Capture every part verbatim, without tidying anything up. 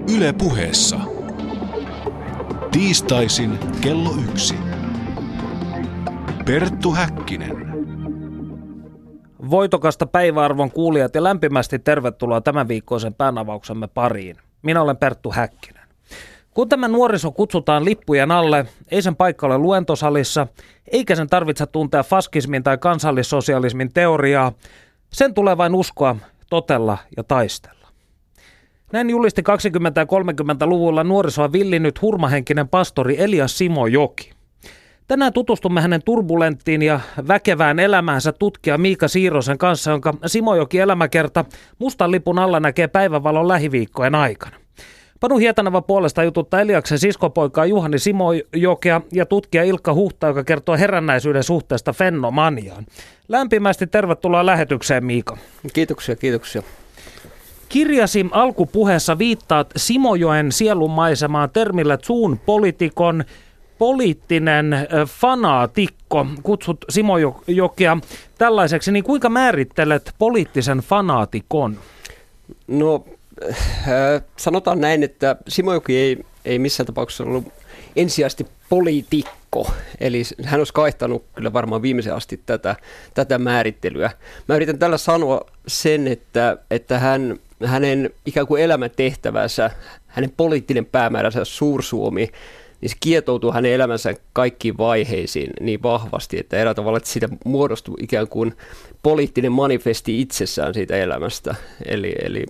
Yle Puheessa. Tiistaisin kello yksi. Perttu Häkkinen. Voitokasta päiväarvon kuulijat ja lämpimästi tervetuloa tämän viikkoisen päänavauksemme pariin. Minä olen Perttu Häkkinen. Kun tämä nuoriso kutsutaan lippujen alle, ei sen paikka ole luentosalissa, eikä sen tarvitse tuntea faskismin tai kansallissosialismin teoriaa, sen tulee vain uskoa, totella ja taistella. Näin julisti kaksikymmentä- ja kolmekymmentäluvulla nuorisoa villinnyt hurmahenkinen pastori Elias Simojoki. Tänään tutustumme hänen turbulenttiin ja väkevään elämäänsä tutkija Miika Siirosen kanssa, jonka Simojoki elämäkerta mustan lipun alla näkee päivänvalon lähiviikkojen aikana. Panu Hietaneva puolesta jututtaa Eliaksen siskopoikaa Juhani Simojokea ja tutkija Ilkka Huhta, joka kertoo herännäisyyden suhteesta fennomaniaan. Lämpimästi tervetuloa lähetykseen, Miika. Kiitoksia, kiitoksia. Kirjasi alkupuheessa viittaat Simojoen sielunmaisemaan termillä zoon politikon poliittinen fanaatikko. Kutsut Simojokea tällaiseksi, niin kuinka määrittelet poliittisen fanaatikon? No äh, sanotaan näin, että Simojoki ei, ei missään tapauksessa ollut ensisijaisesti poliitikko, eli hän olisi kaihtanut kyllä varmaan viimeisen asti tätä, tätä määrittelyä. Mä yritän tällä sanoa sen, että, että hän, hänen ikään kuin elämäntehtävänsä, hänen poliittinen päämääränsä Suur-Suomi, niin se kietoutuu hänen elämänsä kaikkiin vaiheisiin niin vahvasti, että eräällä tavalla että siitä muodostuu ikään kuin poliittinen manifesti itsessään siitä elämästä. Eli, eli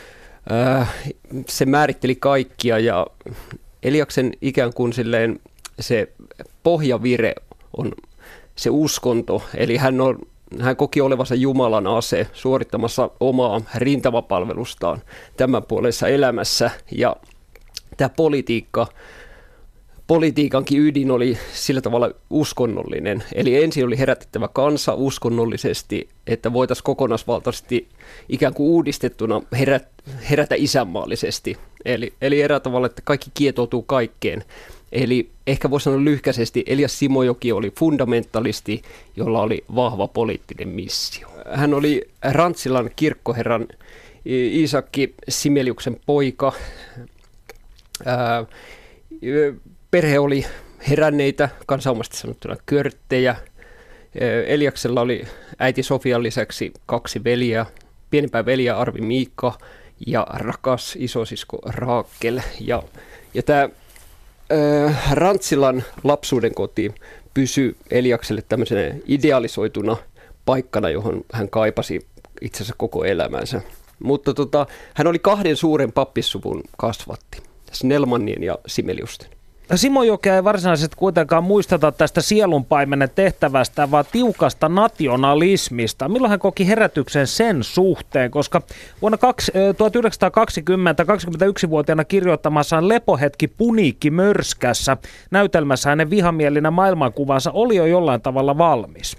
äh, se määritteli kaikkia ja Eliaksen ikään kuin silleen se pohjavire on se uskonto, eli hän, on, hän koki olevansa Jumalan ase suorittamassa omaa rintamapalvelustaan tämän puolessa elämässä ja tämä politiikka, politiikankin ydin oli sillä tavalla uskonnollinen, eli ensin oli herätettävä kansa uskonnollisesti, että voitaisiin kokonaisvaltaisesti ikään kuin uudistettuna herät, herätä isänmaallisesti, eli, eli eräällä tavalla, että kaikki kietoutuu kaikkeen. Eli ehkä voisi sanoa lyhkäisesti, Elias Simojoki oli fundamentalisti, jolla oli vahva poliittinen missio. Hän oli Rantsilan kirkkoherran Iisakki Simeliuksen poika. Ää, perhe oli heränneitä, kansanomasti sanottuna körttejä. Eliaksella oli äiti Sofian lisäksi kaksi veljeä, pienempää veljeä Arvi Miikka ja rakas isosisko Raakel. Ja, ja tämä Rantsilan lapsuuden koti pysyi Eliakselle tämmöisenä idealisoituna paikkana, johon hän kaipasi itse asiassa koko elämänsä. Mutta tota, hän oli kahden suuren pappissuvun kasvatti, Snellmanin ja Simeliusten. Simojokea ei varsinaisesti kuitenkaan muisteta tästä sielunpaimenen tehtävästä, vaan tiukasta nationalismista. Milloin hän koki herätyksen sen suhteen, koska vuonna tuhatyhdeksänsataakaksikymmentä kaksikymmentäyksivuotiaana kirjoittamassaan Lepohetki Puniikki Mörskässä näytelmässä hänen vihamielinen maailmankuvansa oli jo jollain tavalla valmis.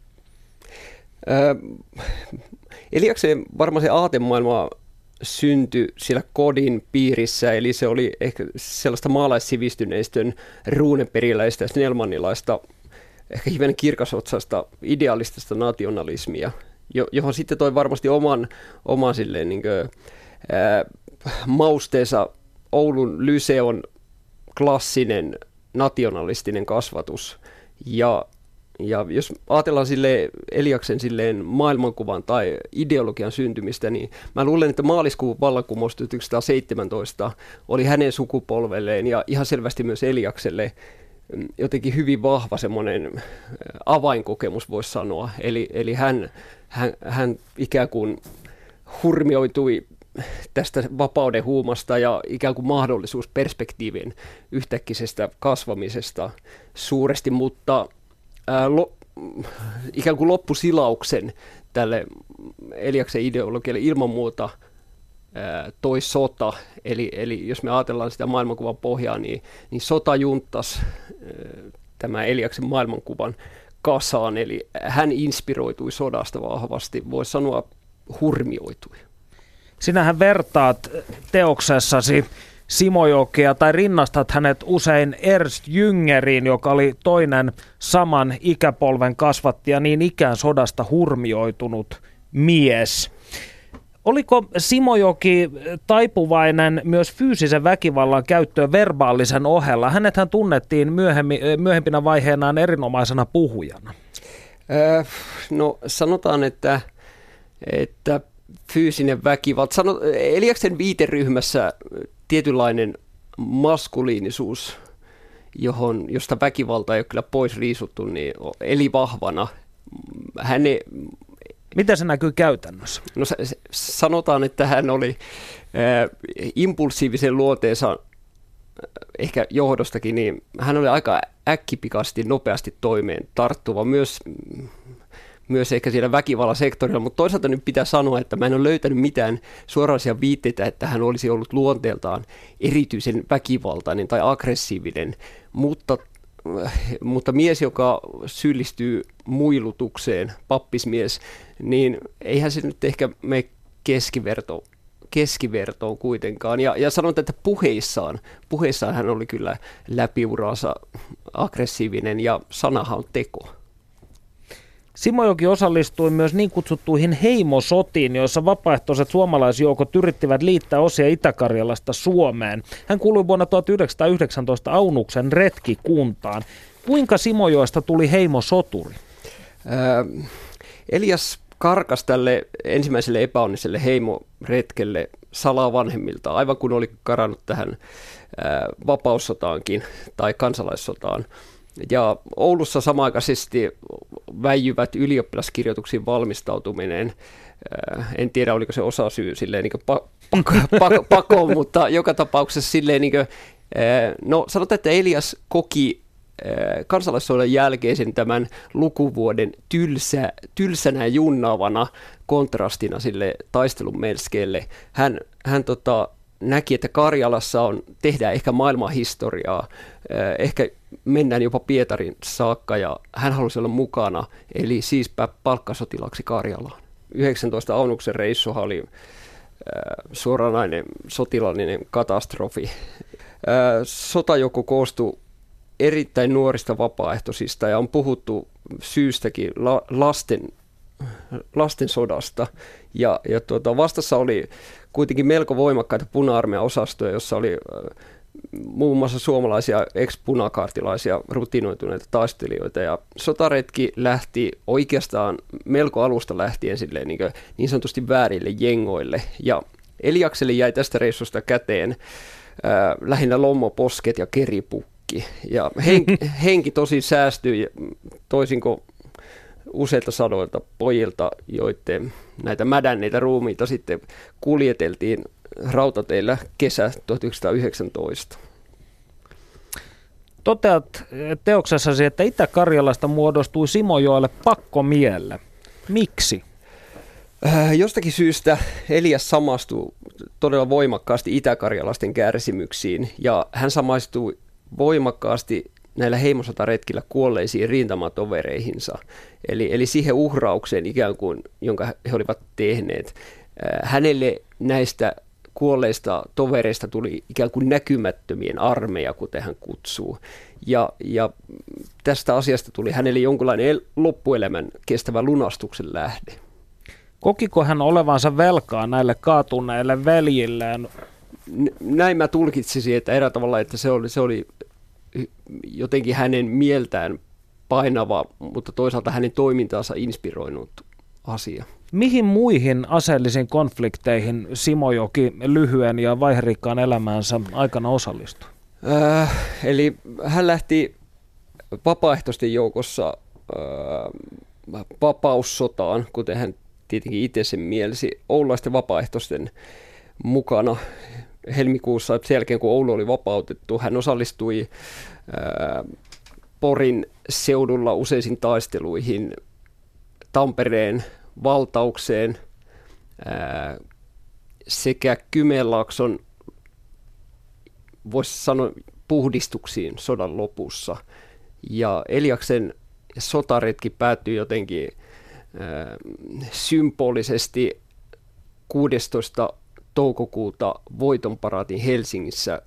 Äh, Eliaksen varmaan se aatemaailma syntyi siellä kodin piirissä, eli se oli ehkä sellaista maalaissivistyneistön ruuneperiläistä ja snellmanilaista, ehkä hivenen kirkasotsaista idealistista nationalismia, johon sitten toi varmasti oman, oman silleen, niin kuin, ää, mausteensa Oulun Lyseon klassinen nationalistinen kasvatus. Ja Ja jos ajatellaan silleen Eliaksen silleen maailmankuvan tai ideologian syntymistä, niin mä luulen, että maaliskuun vallankumous tuhatyhdeksänsataaseitsemäntoista oli hänen sukupolvelleen ja ihan selvästi myös Eliakselle jotenkin hyvin vahva semmoinen avainkokemus, voisi sanoa. Eli, eli hän, hän, hän ikään kuin hurmioitui tästä vapauden huumasta ja ikään kuin mahdollisuusperspektiivin yhtäkkisestä kasvamisesta suuresti, mutta Lo, ikään kuin loppusilauksen tälle Eliaksen ideologialle ilman muuta ää, toi sota. Eli, eli jos me ajatellaan sitä maailmankuvan pohjaa, niin, niin sota junttas ää, tämä Eliaksen maailmankuvan kasaan. Eli hän inspiroitui sodasta vahvasti, voisi sanoa hurmioitui. Sinähän vertaat teoksessasi Simojokea tai rinnastat hänet usein Ernst Jüngeriin, joka oli toinen saman ikäpolven kasvattaja, niin ikään sodasta hurmioitunut mies. Oliko Simojoki taipuvainen myös fyysisen väkivallan käyttöön verbaalisen ohella? Hänethän tunnettiin myöhemmin, myöhempinä vaiheenaan erinomaisena puhujana. Öö, no sanotaan, että, että fyysinen väkivalta, sano, Eliaksen viiteryhmässä tietynlainen maskuliinisuus, johon, josta väkivalta ei ole kyllä pois riisuttu, niin eli vahvana. Häne, Miten se näkyy käytännössä? No sanotaan, että hän oli äh, impulsiivisen luonteensa ehkä johdostakin, niin hän oli aika äkkipikasti, nopeasti toimeen tarttuva myös, myös ehkä siellä väkivallan sektorilla, mutta toisaalta nyt pitää sanoa, että mä en ole löytänyt mitään suoranaisia viitteitä, että hän olisi ollut luonteeltaan erityisen väkivaltainen tai aggressiivinen, mutta Mutta mies, joka syyllistyy muilutukseen, pappismies, niin eihän se nyt ehkä mene keskiverto, keskivertoon kuitenkaan. Ja, ja sanon, että puheissaan, puheissaan hän oli kyllä läpiuraansa aggressiivinen ja sanahan on teko. Simojoki osallistui myös niin kutsuttuihin heimosotiin, joissa vapaaehtoiset suomalaisjoukot yrittivät liittää osia Itä-Karjalasta Suomeen. Hän kuului vuonna tuhatyhdeksänsataayhdeksäntoista Aunuksen retkikuntaan. Kuinka Simojoesta tuli heimosoturi? Ää, Elias karkas tälle ensimmäiselle epäonniselle heimoretkelle salaa vanhemmiltaan, aivan kun oli karannut tähän ää, vapaussotaankin tai kansalaissotaan. Ja Oulussa samaaikaisesti väijyvät ylioppilaskirjoituksiin valmistautuminen. En tiedä, oliko se osasyy silleen niin kuin pakoon, pako, mutta joka tapauksessa silleen, niin kuin, no sanotaan, että Elias koki kansalaissodan jälkeisen tämän lukuvuoden tylsä, tylsänä ja junnaavana kontrastina sille taistelun melskeelle. Hän, hän tota, näki, että Karjalassa on, tehdään ehkä maailmanhistoriaa, ehkä mennään jopa Pietarin saakka ja hän halusi olla mukana, eli siispä palkkasotilaksi Karjalaan. yhdeksäntoista Aunuksen reissuhan oli suoranainen sotilaallinen katastrofi. Sotajoukko koostui erittäin nuorista vapaaehtoisista ja on puhuttu syystäkin la, lasten, lasten sodasta. Ja, ja tuota, vastassa oli kuitenkin melko voimakkaita puna-armeijan osastoja, jossa oli muun muassa suomalaisia ex-punakaartilaisia rutinoituneita taistelijoita. Ja sotaretki lähti oikeastaan melko alusta lähtien silleen niin, niin sanotusti väärille jengoille. Ja Eliakselle jäi tästä reissusta käteen ää, lähinnä lommoposket ja keripukki. Ja henki, henki tosi säästyi toisin kuin useilta sadoilta pojilta, joiden näitä mädänneitä ruumiita sitten kuljeteltiin rautateillä kesä tuhatyhdeksänsataayhdeksäntoista. Toteat teoksessasi, että Itä-Karjalasta muodostui Simojoelle pakkomielle. Miksi? Äh, jostakin syystä Elias samastui todella voimakkaasti itä-karjalaisten kärsimyksiin ja hän samaistui voimakkaasti näillä heimosotaretkillä kuolleisiin rintamatovereihinsa, eli, eli siihen uhraukseen ikään kuin, jonka he olivat tehneet. Hänelle näistä kuolleista tovereista tuli ikään kuin näkymättömien armeija, kuten hän kutsuu, ja, ja tästä asiasta tuli hänelle jonkinlainen loppuelämän kestävä lunastuksen lähde. Kokiko hän olevansa velkaa näille kaatuneille veljilleen? Näin mä tulkitsisin, että erää tavalla, että se oli, se oli jotenkin hänen mieltään painava, mutta toisaalta hänen toimintaansa inspiroinut asia. Mihin muihin aseellisiin konflikteihin Simojoki lyhyen ja vaiherikkaan elämäänsä aikana osallistui? Äh, eli hän lähti vapaaehtoisten joukossa äh, vapaussotaan, kuten hän tietenkin itse sen mielsi, oululaisten vapaaehtoisten mukana. Helmikuussa sen jälkeen, kun Oulu oli vapautettu, hän osallistui ää, Porin seudulla useisiin taisteluihin, Tampereen valtaukseen ää, sekä Kymenlaakson, voisi sanoa, puhdistuksiin sodan lopussa. Ja Eliaksen sotaretki päättyi jotenkin ää, symbolisesti kuudestoista toukokuuta voitonparaatin Helsingissä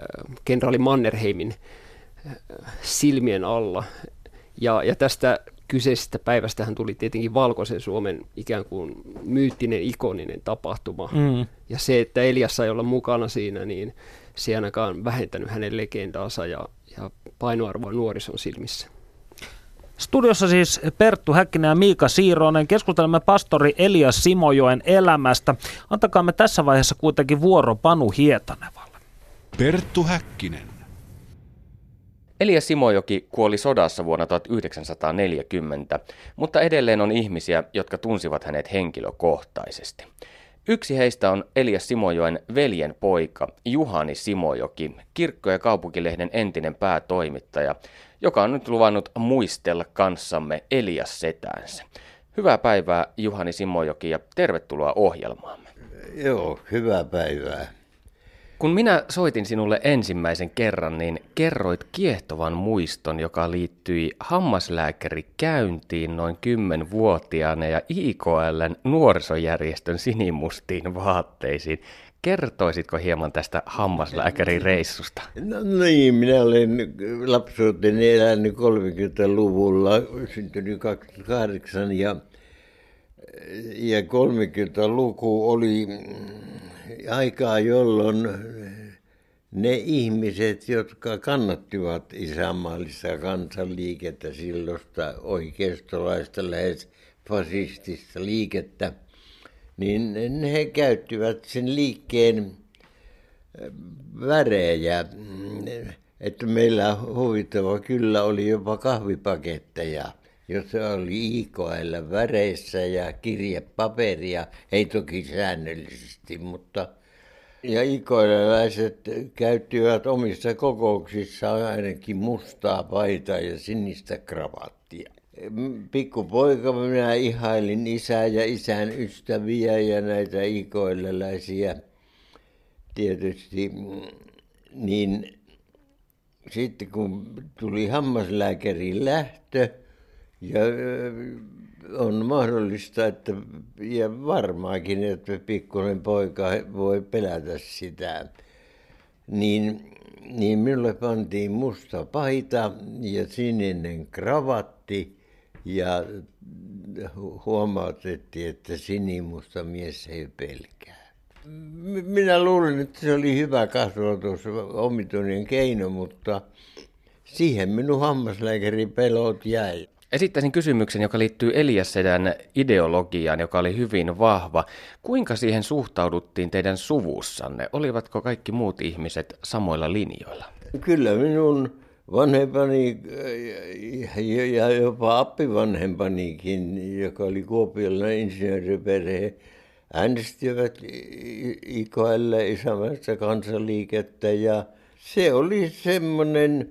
kenraali Mannerheimin silmien alla. Ja, ja tästä kyseisestä päivästähän tuli tietenkin Valkoisen Suomen ikään kuin myyttinen, ikoninen tapahtuma. Mm. Ja se, että Elias sai olla mukana siinä, niin se ei ainakaan vähentänyt hänen legendaansa ja, ja painoarvoa nuorison silmissä. Studiossa siis Perttu Häkkinen ja Miika Siironen. Keskustelemme pastori Elias Simojoen elämästä. Antakaamme tässä vaiheessa kuitenkin vuoro Panu Hietanevalle. Perttu Häkkinen. Elias Simojoki kuoli sodassa vuonna tuhatyhdeksänsataaneljäkymmentä, mutta edelleen on ihmisiä, jotka tunsivat hänet henkilökohtaisesti. Yksi heistä on Elias Simojoen veljen poika Juhani Simojoki, Kirkko- ja kaupunkilehden entinen päätoimittaja, joka on nyt luvannut muistella kanssamme Elias setäänsä. Hyvää päivää Juhani Simojoki ja tervetuloa ohjelmaamme. Joo, hyvää päivää. Kun minä soitin sinulle ensimmäisen kerran, niin kerroit kiehtovan muiston, joka liittyi hammaslääkärikäyntiin noin kymmenvuotiaana ja I K L:n nuorisojärjestön sinimustiin vaatteisiin. Kertoisitko hieman tästä hammaslääkärireissusta? No niin, minä olen lapsuuteni elänyt kolmekymmentäluvulla, syntynyt kaksikymmentäkahdeksan ja, ja kolmekymmentäluku oli aikaa, jolloin ne ihmiset, jotka kannattivat isänmaallista kansanliikettä, silloista oikeistolaista, lähes fasistista liikettä, niin he käyttivät sen liikkeen värejä. Että meillä huvittava kyllä oli jopa kahvipaketteja, jossa oli I K L väreissä ja kirjepaperia, ei toki säännöllisesti, mutta ja I K L-läiset käyttivät omissa kokouksissaan ainakin mustaa paitaa ja sinistä kravattia. Pikkupoika minä ihailin isää ja isän ystäviä ja näitä I K L-läisiä tietysti, niin sitten kun tuli hammaslääkärin lähtö, ja on mahdollista, että, ja varmaankin, että pikkuinen poika voi pelätä sitä, niin, niin minulle pantiin musta paita ja sininen kravatti ja huomautettiin, että sinimusta mies ei pelkää. Minä luulen, että se oli hyvä kasvatus, omituinen keino, mutta siihen minun hammaslääkärin pelot jäi. Esittäisin kysymyksen, joka liittyy Elias sedän ideologiaan, joka oli hyvin vahva. Kuinka siihen suhtauduttiin teidän suvussanne? Olivatko kaikki muut ihmiset samoilla linjoilla? Kyllä minun vanhempani ja jopa appivanhempanikin, joka oli kuopiolainen insinööriperhe, äänestivät I K L, isänmaallista kansanliikettä, ja se oli semmoinen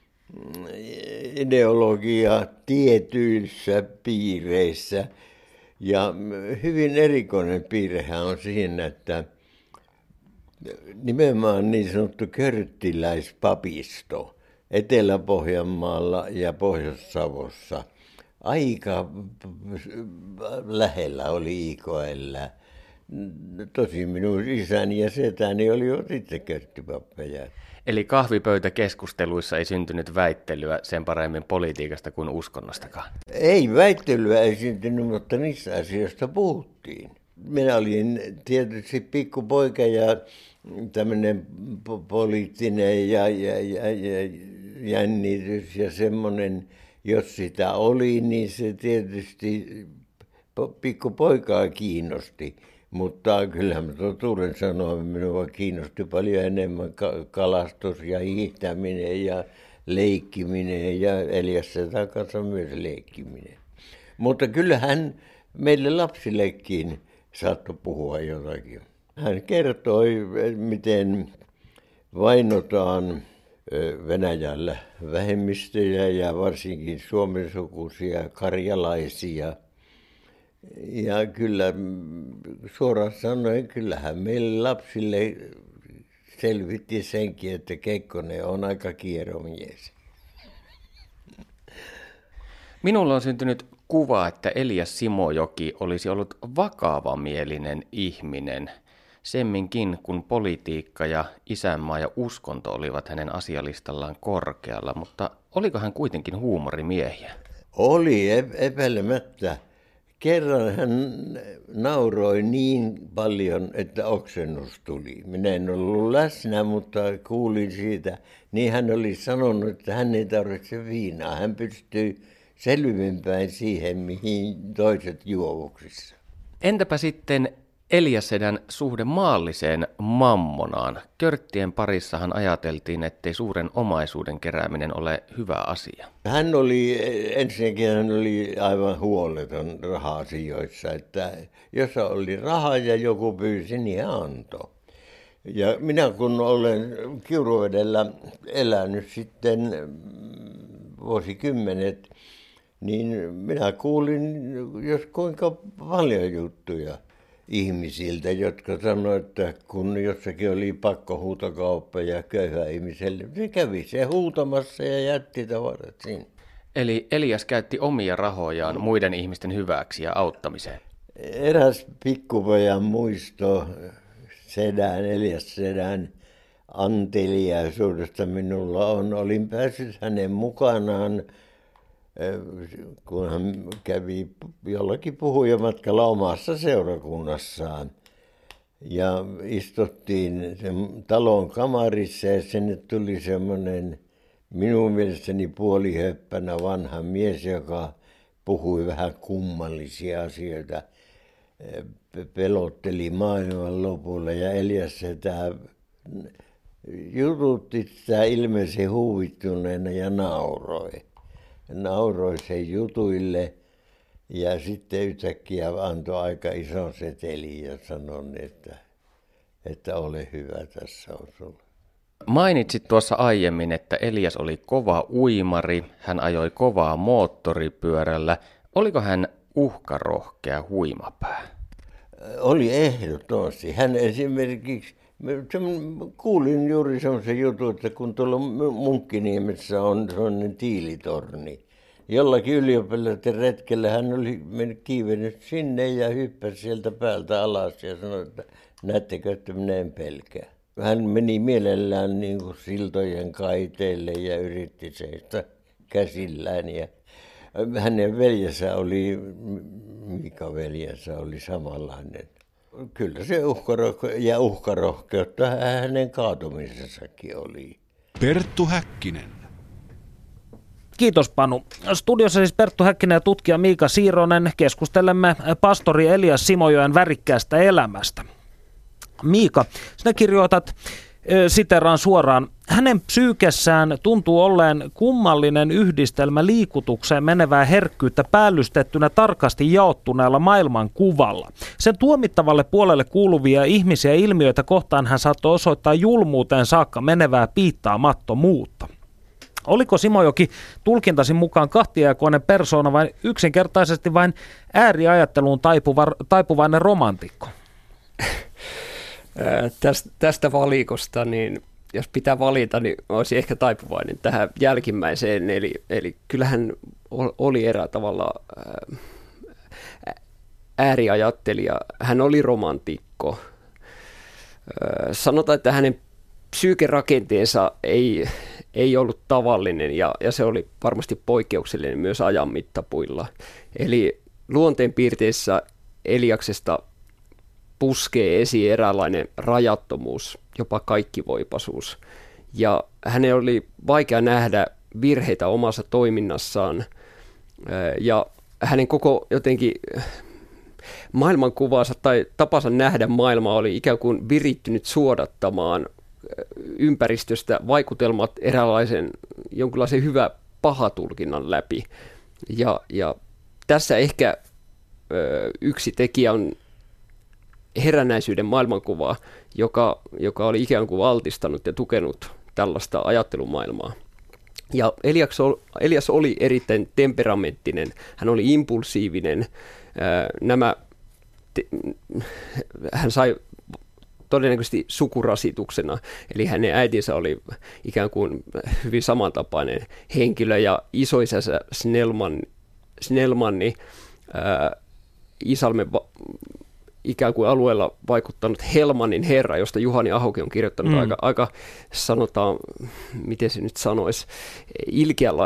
ideologia tietyissä piireissä. Ja hyvin erikoinen piirrehän on siinä, että nimenomaan niin sanottu körttiläispapisto Etelä-Pohjanmaalla ja Pohjois-Savossa aika lähellä oli I K L. Tosin minun isäni ja setäni olivat itse körttipappeja. Eli kahvipöytäkeskusteluissa ei syntynyt väittelyä sen paremmin politiikasta kuin uskonnostakaan? Ei väittelyä ei syntynyt, mutta niistä asioista puhuttiin. Minä olin tietysti pikkupoika ja tämmöinen poliittinen ja, ja, ja, ja jännitys ja semmoinen, jos sitä oli, niin se tietysti pikkupoikaa kiinnosti. Mutta kyllähän totuuden sanoa, minua kiinnosti paljon enemmän kalastus ja hiihtäminen ja leikkiminen ja Elias sedän kanssa myös leikkiminen. Mutta kyllähän meille lapsillekin saattoi puhua jotakin. Hän kertoi, miten vainotaan Venäjällä vähemmistöjä ja varsinkin suomensukuisia karjalaisia. Ja kyllä suoraan sanoen, kyllähän meille lapsille selvitti senkin, että Kekkonen on aika kieromies. Minulla on syntynyt kuva, että Elias Simojoki olisi ollut vakavamielinen ihminen, semminkin kun politiikka ja isänmaa ja uskonto olivat hänen asialistallaan korkealla, mutta oliko hän kuitenkin huumorimiehiä? Oli epäilemättä. Kerran hän nauroi niin paljon, että oksennus tuli. Minä en ollut läsnä, mutta kuulin siitä. Niin hän oli sanonut, että hän ei tarvitse viinaa. Hän pystyy selvinpäin siihen, mihin toiset juovuksissa. Entäpä sitten Elias-sedän suhde maalliseen mammonaan? Körttien parissahan ajateltiin, ettei suuren omaisuuden kerääminen ole hyvä asia. Hän oli, ensinnäkin hän oli aivan huoleton raha-asioissa, että jos oli rahaa ja joku pyysi, niin hän antoi. Ja minä kun olen Kiuruvedellä elänyt sitten vuosikymmenet, niin minä kuulin jos kuinka paljon juttuja ihmisiltä, jotka sanoivat, että kun jossakin oli pakkohuutokauppa ja köyhä ihmiselle, se kävi se huutamassa ja jätti tavarat sinne. Eli Elias käytti omia rahojaan muiden ihmisten hyväksi ja auttamiseen. Eräs pikkupojan muisto sedän, Elias sedän anteliaisuudesta minulla on. Olin päässyt hänen mukanaan, kun hän kävi jollakin puhujamatkalla omassa seurakunnassaan. Ja istuttiin sen talon kamarissa ja sinne tuli semmoinen minun mielestäni puolihöppänä vanha mies, joka puhui vähän kummallisia asioita. Pelotteli maailman lopulla ja Elias sitä jututti sitä ilmeisesti huvittuneena ja nauroi. Nauroi sen jutuille ja sitten yhtäkkiä antoi aika ison setelin ja sanoi, että, että ole hyvä, tässä on sulla. Mainitsit tuossa aiemmin, että Elias oli kova uimari, hän ajoi kovaa moottoripyörällä. Oliko hän uhkarohkea huimapää? Oli ehdottomasti. Hän esimerkiksi, kuulin juuri semmoisen jutun, että kun tuolla Munkkiniemessä on sellainen tiilitorni, jollakin ylioppilaiden retkellä hän oli mennyt kiivennyt sinne ja hyppäsi sieltä päältä alas ja sanoi, että näettekö, että minä en pelkää. Hän meni mielellään niin kuin siltojen kaiteille ja yritti seistä käsillään ja hänen veljensä oli, Mika veljensä oli samanlainen. Kyllä se uhkarohke- ja uhkarohkeutta hänen kaatumisessakin oli. Perttu Häkkinen. Kiitos Panu. Studiossa siis Perttu Häkkinen ja tutkija Miika Siironen. Keskustelemme pastori Elias Simojoen värikkäästä elämästä. Miika, sinä kirjoitat, siteraan suoraan, hänen psyykessään tuntuu olleen kummallinen yhdistelmä liikutukseen menevää herkkyyttä päällystettynä tarkasti jaottuneella maailmankuvalla. Sen tuomittavalle puolelle kuuluvia ihmisiä ja ilmiöitä kohtaan hän saattoi osoittaa julmuuteen saakka menevää piittaamattomuutta. Oliko Simojoki tulkintasi mukaan kahtiajakoinen persoona vai yksinkertaisesti vain ääriajatteluun taipuva, taipuvainen romantikko? Tästä, tästä valikosta, niin jos pitää valita, niin olisi ehkä taipuvainen tähän jälkimmäiseen. Eli, eli kyllähän oli erää tavalla ääriajattelija. Hän oli romantikko. Sanotaan, että hänen psyykerakenteensa ei, ei ollut tavallinen ja, ja se oli varmasti poikkeuksellinen myös ajan mittapuilla. Eli luonteenpiirteissä Eliaksesta puskee esiin eräänlainen rajattomuus, jopa kaikkivoipaisuus. Ja hänen oli vaikea nähdä virheitä omassa toiminnassaan. Ja hänen koko jotenkin maailmankuvansa tai tapansa nähdä maailmaa oli ikään kuin virittynyt suodattamaan ympäristöstä vaikutelmat eräänlaisen jonkinlaisen hyvä pahatulkinnan läpi. Ja, ja tässä ehkä ö, yksi tekijä on herännäisyyden maailmankuvaa, joka, joka oli ikään kuin altistanut ja tukenut tällaista ajattelumaailmaa. Ja Elias, Elias oli erittäin temperamenttinen, hän oli impulsiivinen, nämä, te, hän sai todennäköisesti sukurasituksena, eli hänen äitinsä oli ikään kuin hyvin samantapainen henkilö, ja isoisänsä Snellman, Snellmanni, ää, Isalmen va- ikään kuin alueella vaikuttanut Helmanin herra, josta Juhani Ahokin on kirjoittanut mm. aika, aika, sanotaan, miten se nyt sanoisi, ilkeälaisen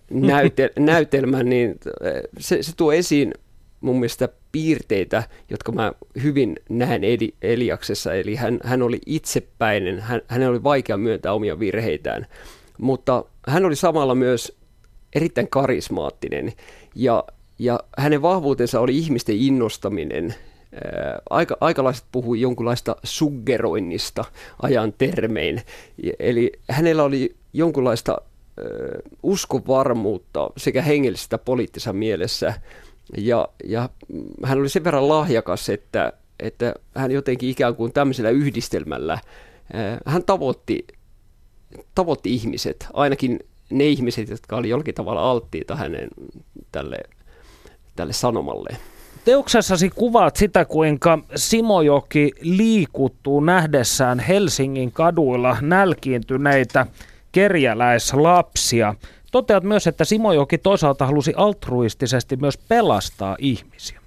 näytel, näytelmän, niin se, se tuo esiin mun mielestä piirteitä, jotka mä hyvin näen Edi, Eliaksessa. Eli hän, hän oli itsepäinen, hän, hänen oli vaikea myöntää omia virheitään, mutta hän oli samalla myös erittäin karismaattinen ja, ja hänen vahvuutensa oli ihmisten innostaminen. Aika, aikalaiset puhui jonkunlaista suggeroinnista ajan termein, eli hänellä oli jonkunlaista ö, uskovarmuutta sekä hengellisessä että poliittisessa mielessä, ja, ja hän oli sen verran lahjakas, että, että hän jotenkin ikään kuin tämmöisellä yhdistelmällä, ö, hän tavoitti, tavoitti ihmiset, ainakin ne ihmiset, jotka oli jollakin tavalla alttiita hänen tälle, tälle sanomalle. Teoksessasi kuvaat sitä, kuinka Simojoki liikuttuu nähdessään Helsingin kaduilla nälkiintyneitä kerjäläislapsia. Toteat myös, että Simojoki toisaalta halusi altruistisesti myös pelastaa ihmisiä.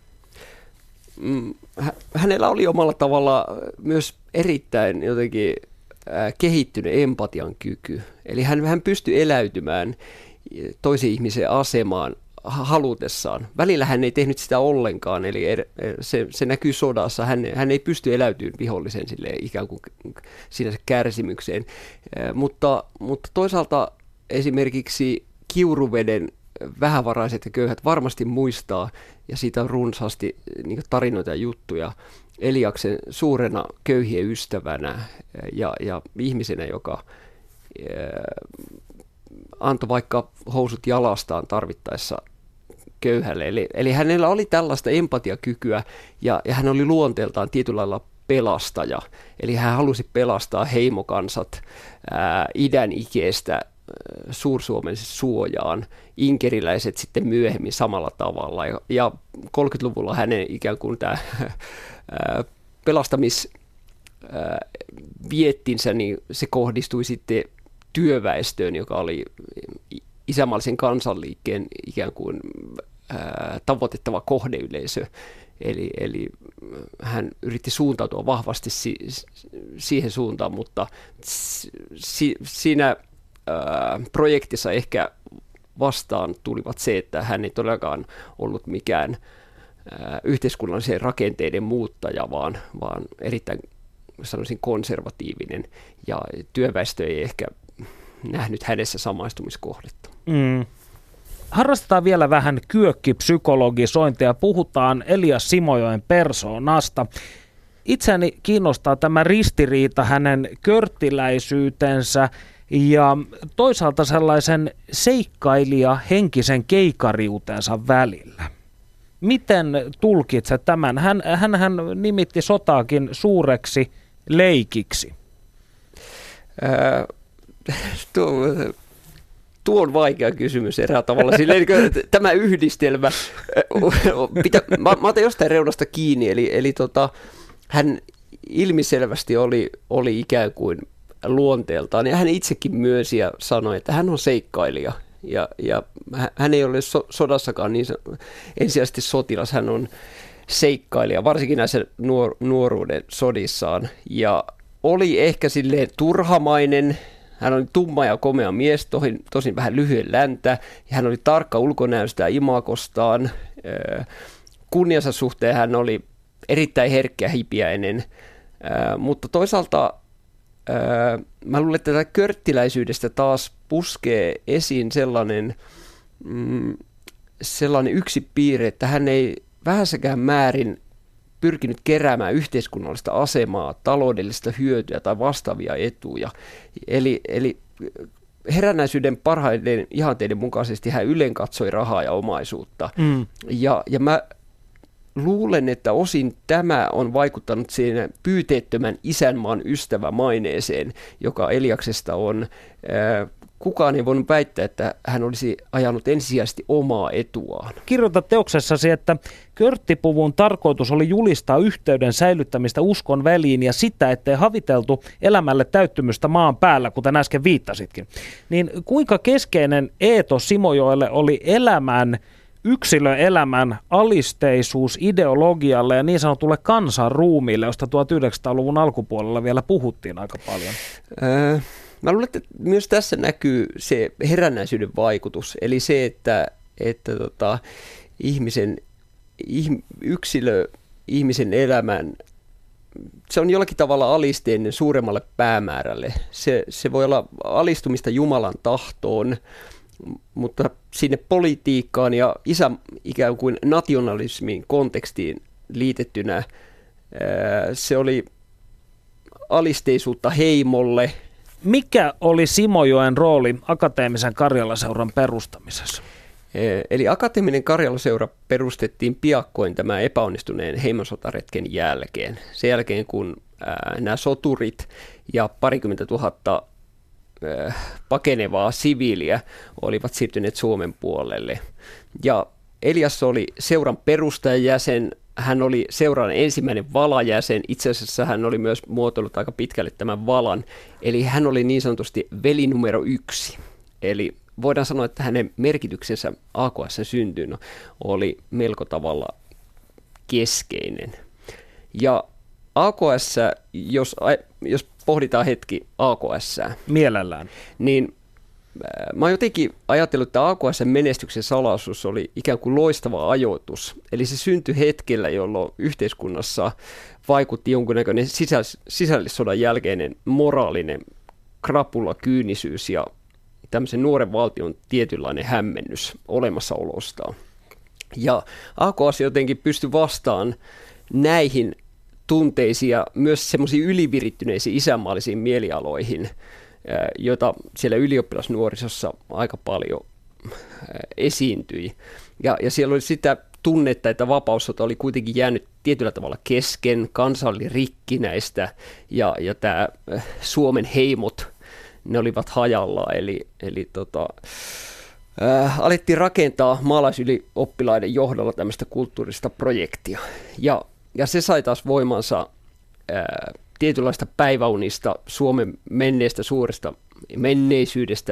Hänellä oli omalla tavalla myös erittäin jotenkin kehittynyt empatian kyky. Eli hän, hän pystyi eläytymään toisen ihmisen asemaan halutessaan. Välillä hän ei tehnyt sitä ollenkaan, eli se, se näkyy sodassa. Hän, hän ei pysty eläytymään vihollisen sille ikään kuin sinänsä kärsimykseen. Mutta, mutta toisaalta esimerkiksi Kiuruveden vähävaraiset ja köyhät varmasti muistaa, ja siitä on runsaasti niin tarinoita ja juttuja, Eliaksen suurena köyhien ystävänä ja, ja ihmisenä, joka antoi vaikka housut jalastaan tarvittaessa köyhälle. Eli, eli hänellä oli tällaista empatiakykyä ja, ja hän oli luonteeltaan tietyllä lailla pelastaja. Eli hän halusi pelastaa heimokansat ää, idän ikeestä ää, Suur-Suomen suojaan, inkeriläiset sitten myöhemmin samalla tavalla. Ja, ja kolmekymmentäluvulla hänen ikään kuin tämä ää, pelastamisviettinsä, niin se kohdistui sitten työväestöön, joka oli isänmaallisen kansanliikkeen ikään kuin ää, tavoitettava kohdeyleisö. Eli, eli hän yritti suuntautua vahvasti si, siihen suuntaan, mutta si, siinä ää, projektissa ehkä vastaan tulivat se, että hän ei todellakaan ollut mikään ää, yhteiskunnallisen rakenteiden muuttaja, vaan, vaan erittäin sanoisin konservatiivinen, ja työväestö ei ehkä nähnyt hänessä samaistumiskohdetta. Mm. Harrastetaan vielä vähän kyökkipsykologisointia. Puhutaan Elias Simojoen persoonasta. Itseäni kiinnostaa tämä ristiriita hänen körttiläisyytensä ja toisaalta sellaisen seikkailija henkisen keikariutensa välillä. Miten tulkitset tämän? Hän, hän, hän nimitti sotaakin suureksi leikiksi. Ää, tuo, tuo on vaikea kysymys erää tavalla. Silleen, tämä yhdistelmä, pitä, mä, mä otan jostain reunasta kiinni, eli, eli tota, hän ilmiselvästi oli, oli ikään kuin luonteeltaan, ja hän itsekin myönsi ja sanoi, että hän on seikkailija. Ja, ja hän ei ole so, sodassakaan niin ensisijaisesti sotilas, hän on seikkailija, varsinkin näissä nuor, nuoruuden sodissaan. Ja oli ehkä silleen turhamainen, hän oli tumma ja komea mies, tosin, tosin vähän lyhyen läntä, ja hän oli tarkka ulkonäöstä ja imakostaan. Kunniansa suhteen hän oli erittäin herkkä hipiäinen, mutta toisaalta mä luulen, että tätä körttiläisyydestä taas puskee esiin sellainen, mm, sellainen yksi piirre, että hän ei vähässäkään määrin pyrkinyt keräämään yhteiskunnallista asemaa, taloudellista hyötyä tai vastaavia etuja. Eli, eli herännäisyyden parhaiden ihanteiden mukaisesti hän ylen katsoi rahaa ja omaisuutta. Mm. Ja, ja mä luulen, että osin tämä on vaikuttanut siihen pyyteettömän isänmaan ystävämaineeseen, joka Eliaksesta on. Kukaan ei voinut väittää, että hän olisi ajanut ensisijaisesti omaa etuaan. Kirjoitat teoksessasi, että körttipuvun tarkoitus oli julistaa yhteyden säilyttämistä uskon väliin ja sitä, ettei haviteltu elämälle täyttymystä maan päällä, kuten äsken viittasitkin. Niin kuinka keskeinen eetos Simojoelle oli elämän, yksilöelämän alisteisuus ideologialle ja niin sanotulle kansanruumiille, josta tuhatyhdeksänsataaluvun alkupuolella vielä puhuttiin aika paljon? Äh. mä luulen, että myös tässä näkyy se herännäisyyden vaikutus, eli se, että, että tota, ihmisen, yksilö, ihmisen elämän, se on jollakin tavalla alisteinen suuremmalle päämäärälle. Se, se voi olla alistumista Jumalan tahtoon, mutta sinne politiikkaan ja isä ikään kuin nationalismin kontekstiin liitettynä ää, se oli alisteisuutta heimolle. Mikä oli Simojoen rooli Akateemisen Karjalaseuran perustamisessa? Eli Akateeminen Karjalaseura perustettiin piakkoin tämän epäonnistuneen heimosotaretken jälkeen. Sen jälkeen, kun ää, nämä soturit ja parikymmentä tuhatta ää, pakenevaa siviiliä olivat siirtyneet Suomen puolelle. Ja Elias oli seuran perustajajäsen, hän oli seuran ensimmäinen valajäsen, itse asiassa hän oli myös muotoillut aika pitkälle tämän valan, eli hän oli niin sanotusti veli numero yksi, eli voidaan sanoa, että hänen merkityksensä A K S:n syntyyn oli melko tavalla keskeinen. Ja A K S, jos, jos pohditaan hetki A K S, mielellään, niin mä oon jotenkin ajatellut, että A K S:n menestyksen salaisuus oli ikään kuin loistava ajoitus. Eli se syntyi hetkellä, jolloin yhteiskunnassa vaikutti jonkunnäköinen sisäis- sisällissodan jälkeinen moraalinen krapula, kyynisyys ja tämmöisen nuoren valtion tietynlainen hämmennys olemassaolostaan. Ja A K S jotenkin pystyi vastaan näihin tunteisiin ja myös semmoisiin ylivirittyneisiin isänmaallisiin mielialoihin, joita siellä ylioppilasnuorisossa aika paljon esiintyi. Ja, ja siellä oli sitä tunnetta, että vapaussota oli kuitenkin jäänyt tietyllä tavalla kesken, kansa oli rikkinäistä ja, ja tämä Suomen heimot, ne olivat hajallaan, eli, eli tota, äh, alettiin rakentaa maalaisylioppilaiden johdolla tämmöistä kulttuurista projektia. Ja, ja se sai taas voimansa äh, tietynlaista päiväunista Suomen menneestä suuresta menneisyydestä,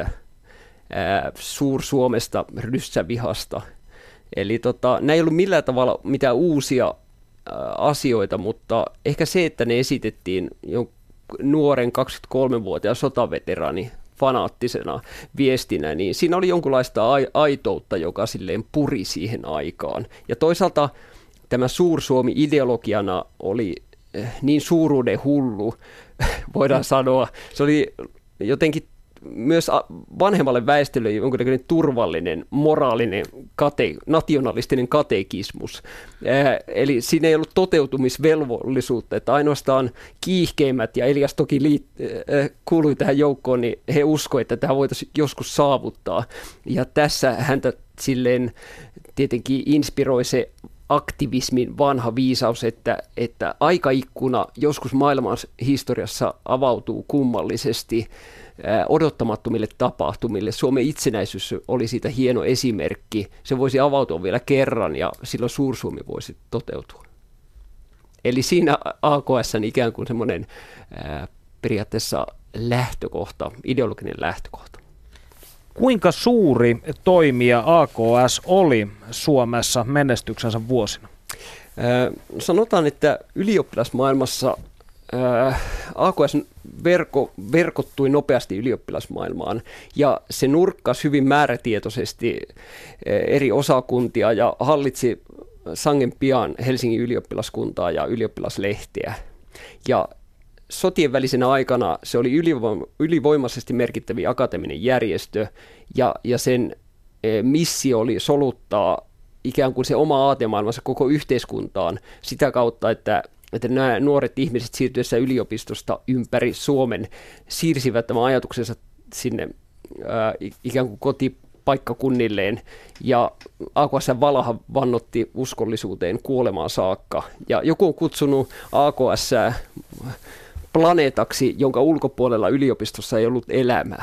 ää, Suur-Suomesta, ryssävihasta. Eli tota, nämä ei ollut millään tavalla mitään uusia ää, asioita, mutta ehkä se, että ne esitettiin jo nuoren kaksikymmentäkolmevuotiaan sotaveteraani fanaattisena viestinä, niin siinä oli jonkunlaista ai- aitoutta, joka silleen puri siihen aikaan. Ja toisaalta tämä Suur-Suomi ideologiana oli niin suuruuden hullu, voidaan sanoa. Se oli jotenkin myös vanhemmalle väestölle jonkinlainen turvallinen, moraalinen, kate, nationalistinen katekismus. Eli siinä ei ollut toteutumisvelvollisuutta, että ainoastaan kiihkeimmät, ja Elias toki liit, kuului tähän joukkoon, niin he uskoivat, että tämä voitaisiin joskus saavuttaa. Ja tässä häntä silleen tietenkin inspiroi se aktivismin vanha viisaus, että, että aikaikkuna joskus maailman historiassa avautuu kummallisesti ää, odottamattomille tapahtumille. Suomen itsenäisyys oli siitä hieno esimerkki. Se voisi avautua vielä kerran ja silloin Suur-Suomi voisi toteutua. Eli siinä A K S:n ikään kuin semmoinen ää, periaatteessa lähtökohta, ideologinen lähtökohta. Kuinka suuri toimija A K S oli Suomessa menestyksensä vuosina? Sanotaan, että ylioppilasmaailmassa A K S verko, verkottui nopeasti ylioppilasmaailmaan ja se nurkkasi hyvin määrätietoisesti eri osakuntia ja hallitsi sangen pian Helsingin ylioppilaskuntaa ja ylioppilaslehteä. Ja sotien välisenä aikana se oli ylivoimaisesti merkittävä akateeminen järjestö ja, ja sen missio oli soluttaa ikään kuin se oma aatemaailmansa koko yhteiskuntaan sitä kautta, että, että nämä nuoret ihmiset siirtyessä yliopistosta ympäri Suomen siirsivät tämän ajatuksensa sinne ää, ikään kuin kotipaikkakunnilleen ja A K S:n valahan vannotti uskollisuuteen kuolemaan saakka ja joku on kutsunut A K S:ää planeetaksi, jonka ulkopuolella yliopistossa ei ollut elämää.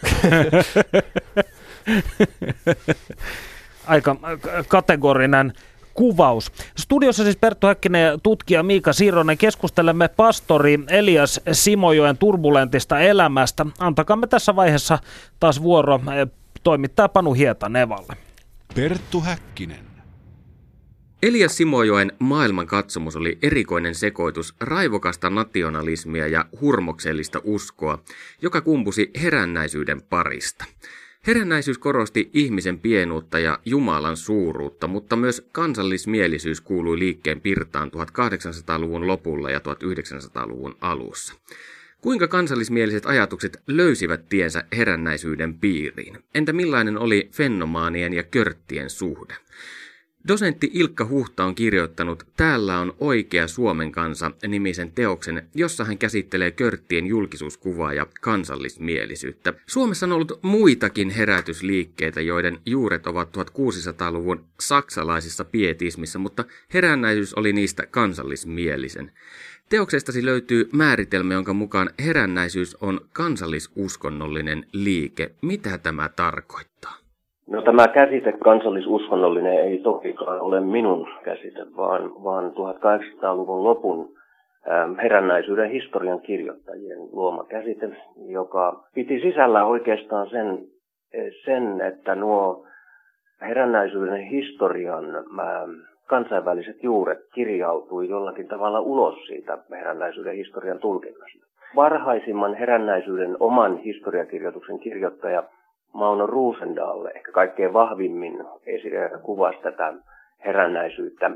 Aika kategorinen kuvaus. Studiossa siis Perttu Häkkinen ja tutkija Miika Sironen. Keskustelemme pastori Elias Simojoen turbulentista elämästä. Antakaamme tässä vaiheessa taas vuoro toimittaja Panu Hietanevalle. Perttu Häkkinen. Elias Simojoen maailmankatsomus oli erikoinen sekoitus raivokasta nationalismia ja hurmoksellista uskoa, joka kumpusi herännäisyyden parista. Herännäisyys korosti ihmisen pienuutta ja Jumalan suuruutta, mutta myös kansallismielisyys kuului liikkeen pirtaan tuhatkahdeksansataaluvun lopulla ja tuhatyhdeksänsataaluvun alussa. Kuinka kansallismieliset ajatukset löysivät tiensä herännäisyyden piiriin? Entä millainen oli fennomaanien ja körttien suhde? Dosentti Ilkka Huhta on kirjoittanut Täällä on oikea Suomen kansa -nimisen teoksen, jossa hän käsittelee körttien julkisuuskuvaa ja kansallismielisyyttä. Suomessa on ollut muitakin herätysliikkeitä, joiden juuret ovat tuhatkuusisataaluvun saksalaisissa pietismissä, mutta herännäisyys oli niistä kansallismielisen. Teoksestasi löytyy määritelmä, jonka mukaan herännäisyys on kansallisuskonnollinen liike. Mitä tämä tarkoittaa? No tämä käsite kansallisuskonnollinen ei tokikaan ole minun käsite, vaan, vaan tuhatkahdeksansataaluvun lopun herännäisyyden historian kirjoittajien luoma käsite, joka piti sisällä oikeastaan sen, sen että nuo herännäisyyden historian kansainväliset juuret kirjautui jollakin tavalla ulos siitä herännäisyyden historian tulkinnasta. Varhaisimman herännäisyyden oman historiakirjoituksen kirjoittaja Mauno Roosendahl ehkä kaikkein vahvimmin kuvasi tätä herännäisyyttä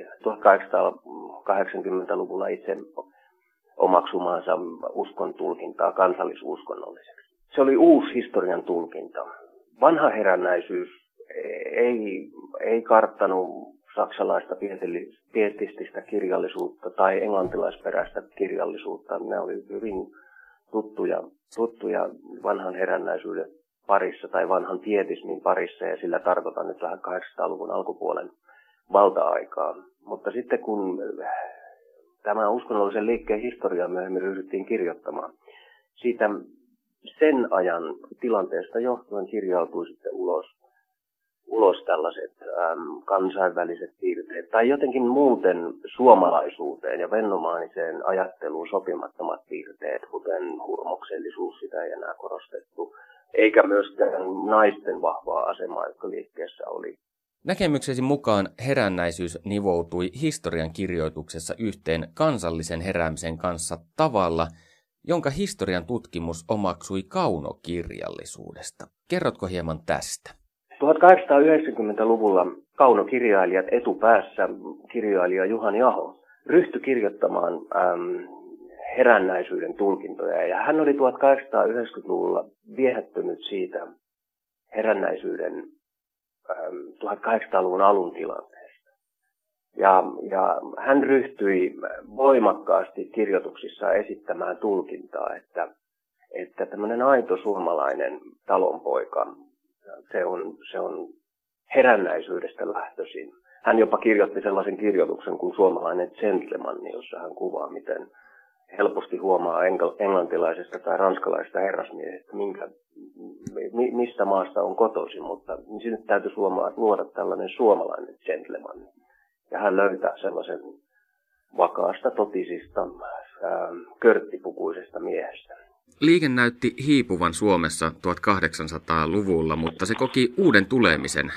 tuhatkahdeksansataakahdeksankymmentäluvulla itse omaksumaansa uskon tulkintaa kansallisuskonnolliseksi. Se oli uusi historian tulkinta. Vanha herännäisyys ei, ei karttanut saksalaista pietististä kirjallisuutta tai englantilaisperäistä kirjallisuutta. Ne oli hyvin tuttuja, tuttuja vanhan herännäisyyden parissa tai vanhan pietismin parissa, ja sillä tarkoitan nyt vähän kahdeksansataaluvun alkupuolen valta-aikaa. Mutta sitten kun tämä uskonnollisen liikkeen historiaa myöhemmin ryhdyttiin kirjoittamaan, siitä sen ajan tilanteesta johtuen kirjautui sitten ulos, ulos tällaiset äm, kansainväliset piirteet, tai jotenkin muuten suomalaisuuteen ja vennomaaniseen ajatteluun sopimattomat piirteet, kuten hurmoksellisuus, sitä ei enää korostettu, eikä myöskään naisten vahvaa asemaa, jotka liikkeessä oli. Näkemyksesi mukaan herännäisyys nivoutui historian kirjoituksessa yhteen kansallisen heräämisen kanssa tavalla, jonka historian tutkimus omaksui kaunokirjallisuudesta. Kerrotko hieman tästä? tuhatkahdeksansataayhdeksänkymmentäluvulla kaunokirjailijat etupäässä kirjailija Juhani Aho ryhtyi kirjoittamaan äm, herännäisyyden tulkintoja, ja hän oli tuhatkahdeksansataayhdeksänkymmentäluvulla viehättynyt siitä herännäisyyden äm, tuhatkahdeksansataaluvun alun tilanteesta. Ja, ja hän ryhtyi voimakkaasti kirjoituksissa esittämään tulkintaa, että, että tämmöinen aito suomalainen talonpoika, se on, se on herännäisyydestä lähtöisin. Hän jopa kirjoitti sellaisen kirjoituksen kuin Suomalainen gentleman, jossa hän kuvaa, miten helposti huomaa englantilaisesta tai ranskalaisesta herrasmiehestä, minkä, mi, mistä maasta on kotoisin, mutta sinne täytyisi luoda tällainen suomalainen gentleman. Ja hän löytää sellaisen vakaasta, totisista, ää, körttipukuisesta miehestä. Liike näytti hiipuvan Suomessa tuhatkahdeksansataaluvulla, mutta se koki uuden tulemisen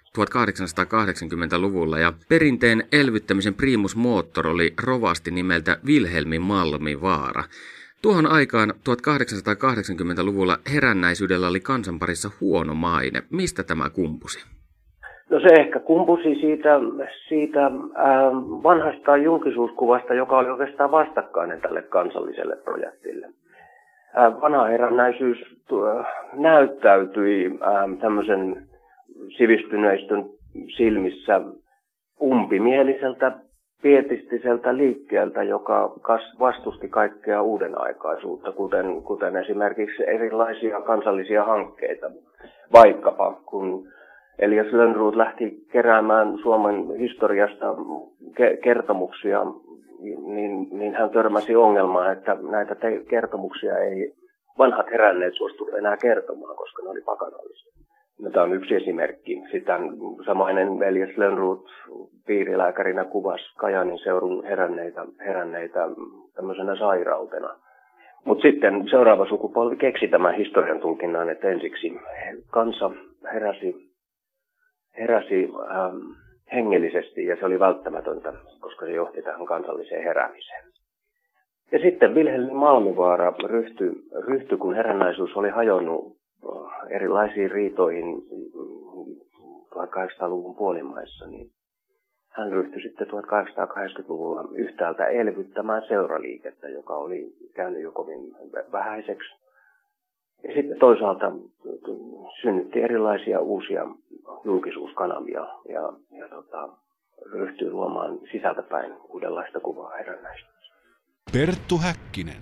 tuhatkahdeksansataakahdeksankymmentäluvulla, ja perinteen elvyttämisen primus motor oli rovasti nimeltä Vilhelmi Malmivaara. Tuohon aikaan tuhatkahdeksansataakahdeksankymmentäluvulla herännäisyydellä oli kansanparissa huono maine. Mistä tämä kumpusi? No se ehkä kumpusi siitä, siitä äh, vanhasta julkisuuskuvasta, joka oli oikeastaan vastakkainen tälle kansalliselle projektille. Äh, vanha herännäisyys äh, näyttäytyi äh, tämmöisen sivistyneistön silmissä umpimieliseltä, pietistiseltä liikkeeltä, joka vastusti kaikkea uudenaikaisuutta, kuten, kuten esimerkiksi erilaisia kansallisia hankkeita. Vaikkapa kun Elias Lönnrot lähti keräämään Suomen historiasta ke- kertomuksia, niin, niin hän törmäsi ongelmaan, että näitä te- kertomuksia ei vanhat heränneet suostu enää kertomaan, koska ne oli pakanallisia. Tämä on yksi esimerkki. Sitten samainen Elias Lönnrot piirilääkärinä kuvasi Kajaanin seudun heränneitä, heränneitä tämmöisenä sairautena. Mutta sitten seuraava sukupolvi keksi tämän historian tulkinnan, että ensiksi kansa heräsi, heräsi ähm, hengellisesti ja se oli välttämätöntä, koska se johti tähän kansalliseen heräämiseen. Ja sitten Vilhelm Malmivaara ryhtyi, ryhtyi, kun herännäisyys oli hajonnut erilaisiin riitoihin tuhatkahdeksansataaluvun puolimaissa, niin hän ryhtyi sitten tuhatkahdeksansataakahdeksankymmentäluvulla yhtäältä elvyttämään seuraliikettä, joka oli käynyt jo kovin vähäiseksi. Ja sitten toisaalta synnytti erilaisia uusia julkisuuskanavia ja, ja tota, ryhtyi luomaan sisältäpäin uudenlaista kuvaa herännäisyydestä. Perttu Häkkinen.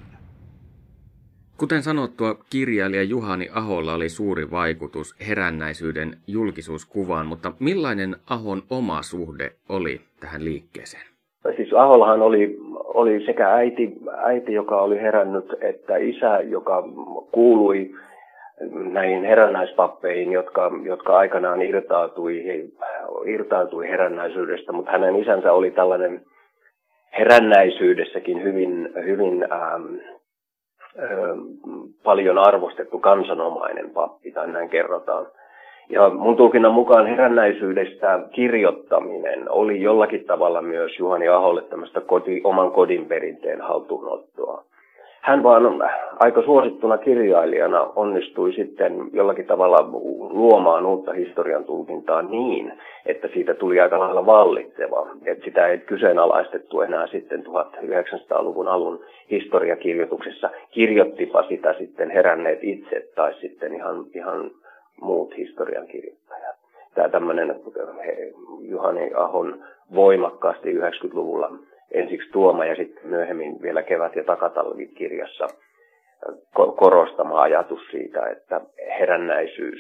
Kuten sanottua, kirjailija Juhani Aholla oli suuri vaikutus herännäisyyden julkisuuskuvaan, mutta millainen Ahon oma suhde oli tähän liikkeeseen? Siis Ahollahan oli, oli sekä äiti, äiti, joka oli herännyt, että isä, joka kuului näihin herännäispappeihin, jotka, jotka aikanaan irtautui, irtautui herännäisyydestä, mutta hänen isänsä oli tällainen herännäisyydessäkin hyvin, hyvin ähm, äh, paljon arvostettu kansanomainen pappi, tai näin kerrotaan. Ja mun tulkinnan mukaan herännäisyydestä kirjoittaminen oli jollakin tavalla myös Juhani Aholle tämmöistä koti, oman kodin perinteen haltuunottoa. Hän vaan aika suosittuna kirjailijana onnistui sitten jollakin tavalla luomaan uutta historian tulkintaa niin, että siitä tuli aika lailla vallitseva. Että sitä ei kyseenalaistettu enää sitten tuhatyhdeksänsataaluvun alun historiakirjoituksessa. Kirjoittipa sitä sitten heränneet itse tai sitten ihan, ihan muut historiankirjoittajat. Tämä tämmöinen Juhani Ahon voimakkaasti yhdeksänkymmentäluvulla ensiksi tuoma ja sitten myöhemmin vielä Kevät- ja takatalvikirjassa korostama ajatus siitä, että herännäisyys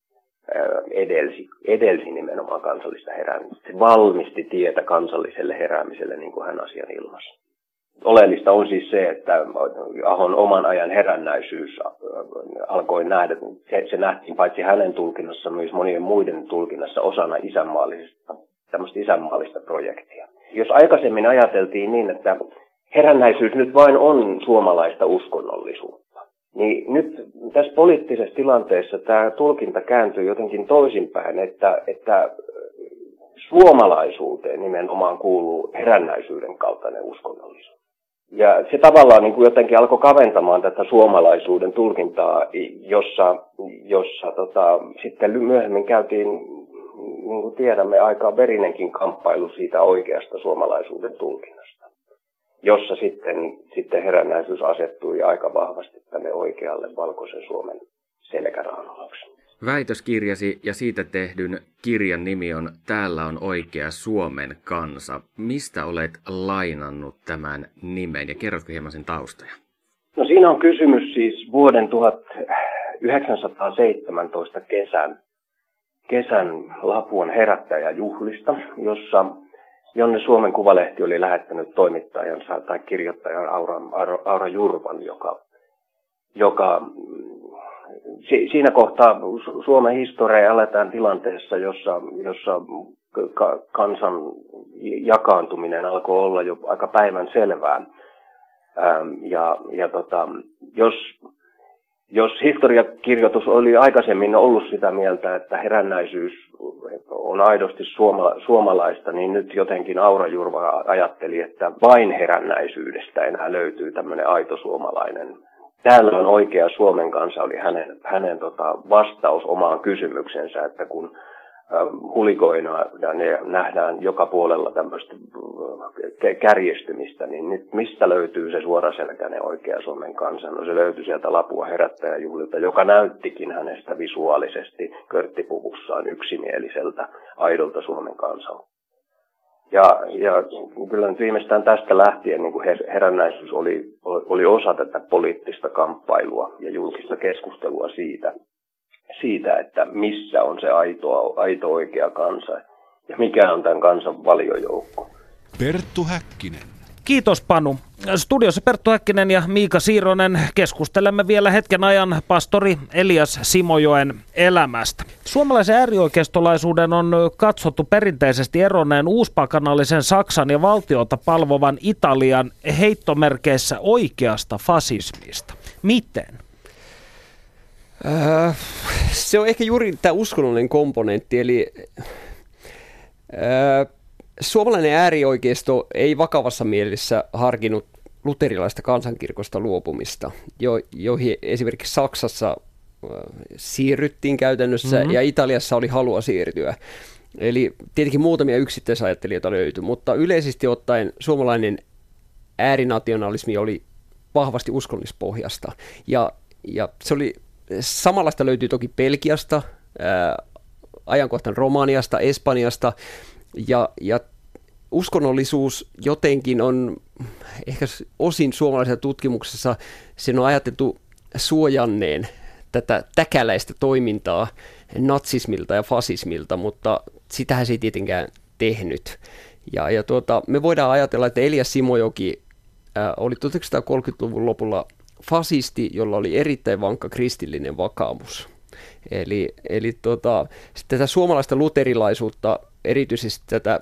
edelsi, edelsi nimenomaan kansallista heräämistä. Se valmisti tietä kansalliselle heräämiselle, niin kuin hän asian ilmaisi. Oleellista on siis se, että Ahon oman ajan herännäisyys alkoi nähdä, se, se nähtiin paitsi hänen tulkinnassa, myös monien muiden tulkinnassa osana isänmaallista, tämmöistä isänmaallista projektia. Jos aikaisemmin ajateltiin niin, että herännäisyys nyt vain on suomalaista uskonnollisuutta, niin nyt tässä poliittisessa tilanteessa tämä tulkinta kääntyy jotenkin toisinpäin, että, että suomalaisuuteen nimenomaan kuuluu herännäisyyden kaltainen uskonnollisuus. Ja se tavallaan niin kuin jotenkin alkoi kaventamaan tätä suomalaisuuden tulkintaa, jossa, jossa tota, sitten myöhemmin käytiin, niin kuin tiedämme, aika verinenkin kamppailu siitä oikeasta suomalaisuuden tulkinnasta, jossa sitten, sitten herännäisyys asettui aika vahvasti tänne oikealle valkoisen Suomen selkärahan alaksi. Väitöskirjasi ja siitä tehdyn kirjan nimi on Täällä on oikea Suomen kansa. Mistä olet lainannut tämän nimen ja kerrotko hieman sen taustoja? No siinä on kysymys siis vuoden tuhatyhdeksänsataaseitsemäntoista kesän, kesän Lapuan herättäjäjuhlista, jossa jonne Suomen Kuvalehti oli lähettänyt toimittajansa tai kirjoittajan Aura, Aura Jurvan, joka, joka siinä kohtaa Suomen historiaa aletaan tilanteessa, jossa, jossa kansan jakaantuminen alkoi olla jo aika päivän selvää. Ja, ja tota, jos, jos historiakirjoitus oli aikaisemmin ollut sitä mieltä, että herännäisyys on aidosti suoma, suomalaista, niin nyt jotenkin Aura Jurva ajatteli, että vain herännäisyydestä enää löytyy tämmöinen aito suomalainen. Täällä on oikea Suomen kansa, oli hänen, hänen tota vastaus omaan kysymyksensä, että kun hulikoina nähdään joka puolella tämmöistä kärjestymistä, niin nyt mistä löytyy se suoraselkäinen oikea Suomen kansa? No se löytyi sieltä Lapuan herättäjäjuhlilta, joka näyttikin hänestä visuaalisesti körttipuvussaan yksimieliseltä aidolta Suomen kansalta. Ja, ja kyllä nyt viimeistään tästä lähtien niin kuin herännäisyys oli, oli osa tätä poliittista kamppailua ja julkista keskustelua siitä, siitä, että missä on se aito, aito oikea kansa ja mikä on tämän kansan valiojoukko. Perttu Häkkinen. Kiitos Panu. Studiossa Perttu Häkkinen ja Miika Siironen. Keskustelemme vielä hetken ajan pastori Elias Simojoen elämästä. Suomalaisen äärioikeistolaisuuden on katsottu perinteisesti eronneen uuspakanallisen Saksan ja valtiota palvovan Italian heittomerkeissä oikeasta fasismista. Miten? Äh, se on ehkä juuri tämä uskonnollinen komponentti, eli Suomalainen äärioikeisto ei vakavassa mielessä harkinnut luterilaista kansankirkosta luopumista, jo, joihin esimerkiksi Saksassa siirryttiin käytännössä mm-hmm. ja Italiassa oli halua siirtyä. Eli tietenkin muutamia yksittäisajattelijoita löytyi, mutta yleisesti ottaen suomalainen äärinationalismi oli vahvasti uskonnollispohjasta. Ja, ja se oli, samanlaista löytyy toki Belgiasta, ää, ajankohtan Romaniasta, Espanjasta, ja, ja uskonnollisuus jotenkin on ehkä osin suomalaisessa tutkimuksessa, sen on ajateltu suojanneen tätä täkäläistä toimintaa natsismilta ja fasismilta, mutta sitähän se ei tietenkään tehnyt. Ja, ja tuota, me voidaan ajatella, että Elias Simojoki ää, oli tuhatyhdeksänsataakolmekymmentäluvun lopulla fasisti, jolla oli erittäin vankka kristillinen vakaumus. Eli, eli tuota, tätä suomalaista luterilaisuutta, erityisesti tätä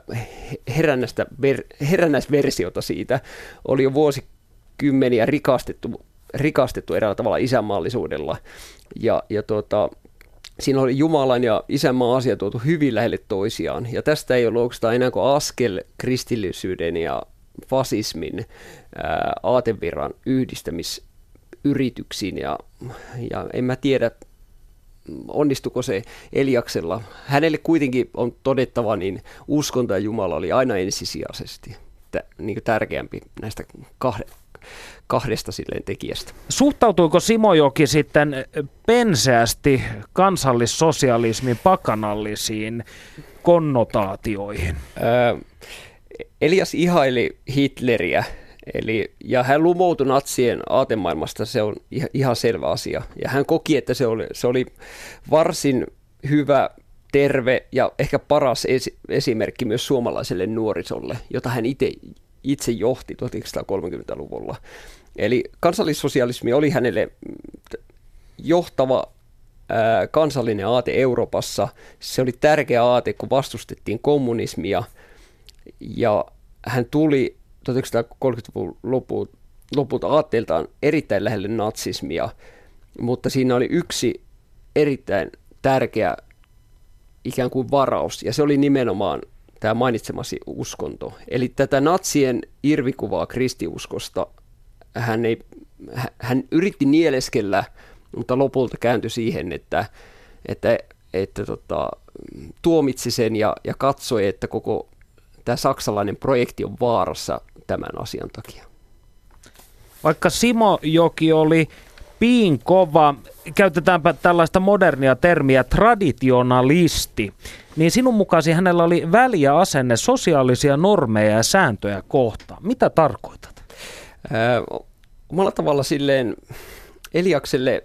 ver, herännäisversiota siitä, oli jo vuosikymmeniä rikastettu, rikastettu eräällä tavalla isänmaallisuudella. Ja, ja tuota, siinä oli Jumalan ja isänmaan asia tuotu hyvin lähelle toisiaan. Ja tästä ei ollut oikeastaan enää kuin askel kristillisyyden ja fasismin ää, aatevirran yhdistämisyrityksiin. Ja, ja en mä tiedä, onnistuiko se Eliaksella. Hänelle kuitenkin on todettava, niin uskonto ja Jumala oli aina ensisijaisesti tä, niin tärkeämpi näistä kahde, kahdesta silleen tekijästä. Suhtautuiko Simojoki sitten penseästi kansallissosialismin pakanallisiin konnotaatioihin? Öö, Elias ihaili Hitleriä. Eli, ja hän lumoutui natsien aatemaailmasta, se on ihan selvä asia. Ja hän koki, että se oli, se oli varsin hyvä, terve ja ehkä paras esi- esimerkki myös suomalaiselle nuorisolle, jota hän ite, itse johti tuhatyhdeksänsataakolmekymmentäluvulla. Eli kansallissosialismi oli hänelle johtava ää, kansallinen aate Euroopassa. Se oli tärkeä aate, kun vastustettiin kommunismia, ja hän tuli tuhatyhdeksänsataakolmekymmentäluvun lopulta, lopulta aatteeltaan erittäin lähelle natsismia, mutta siinä oli yksi erittäin tärkeä ikään kuin varaus, ja se oli nimenomaan tämä mainitsemasi uskonto. Eli tätä natsien irvikuvaa kristiuskosta hän, ei, hän yritti nieleskellä, mutta lopulta kääntyi siihen, että, että, että tota, tuomitsi sen ja, ja katsoi, että koko tämä saksalainen projekti on vaarassa tämän asian takia. Vaikka Simojoki oli piinkova, käytetäänpä tällaista modernia termiä, traditionalisti, niin sinun mukaasi hänellä oli väliä asenne sosiaalisia normeja ja sääntöjä kohtaan. Mitä tarkoitat? Ää, omalla tavalla silleen Eliakselle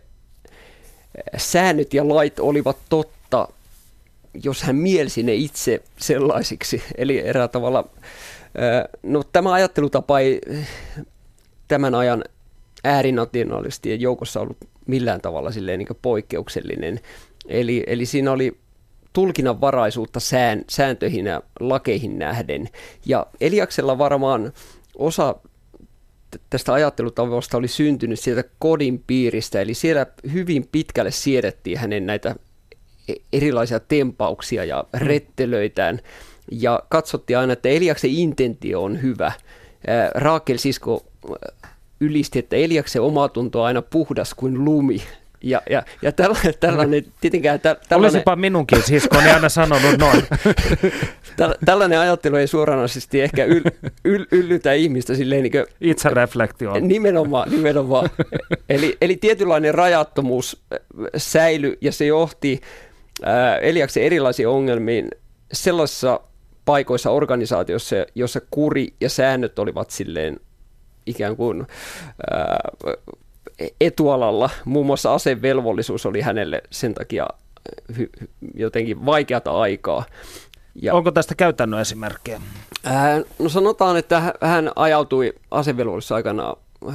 säännöt ja lait olivat totta, jos hän mielsi ne itse sellaisiksi. Eli eräällä tavalla, no tämä ajattelutapa ei tämän ajan äärinationalistien joukossa ollut millään tavalla silleen niin kuin poikkeuksellinen. Eli, eli siinä oli tulkinnanvaraisuutta sään, sääntöihin ja lakeihin nähden. Ja Eliaksella varmaan osa tästä ajattelutavasta oli syntynyt sieltä kodin piiristä, eli siellä hyvin pitkälle siedettiin hänen näitä erilaisia tempauksia ja rettelöitään, ja katsottiin aina, että Eliaksen intentio on hyvä. Raakel sisko ylisti, että Eliaksen omatunto on aina puhdas kuin lumi. Ja, ja, ja tällainen, tällainen tietenkään... Tällainen, olisipa minunkin siskoni aina sanonut noin. Tällainen ajattelu ei suoranaisesti ehkä yl, yl, yllytä ihmistä silleen niin kuin... Itsereflektio. Nimenomaan, nimenomaan. eli, eli tietynlainen rajattomuus säilyi, ja se johti ää, Eliaksen erilaisiin ongelmiin sellaisissa paikoissa, organisaatioissa, jossa kuri ja säännöt olivat silleen ikään kuin ää, etualalla. Muun muassa asevelvollisuus oli hänelle sen takia hy- jotenkin vaikeata aikaa. Ja, onko tästä käytännön esimerkkejä? Ää, no sanotaan, että hän ajautui asevelvollisuus aikana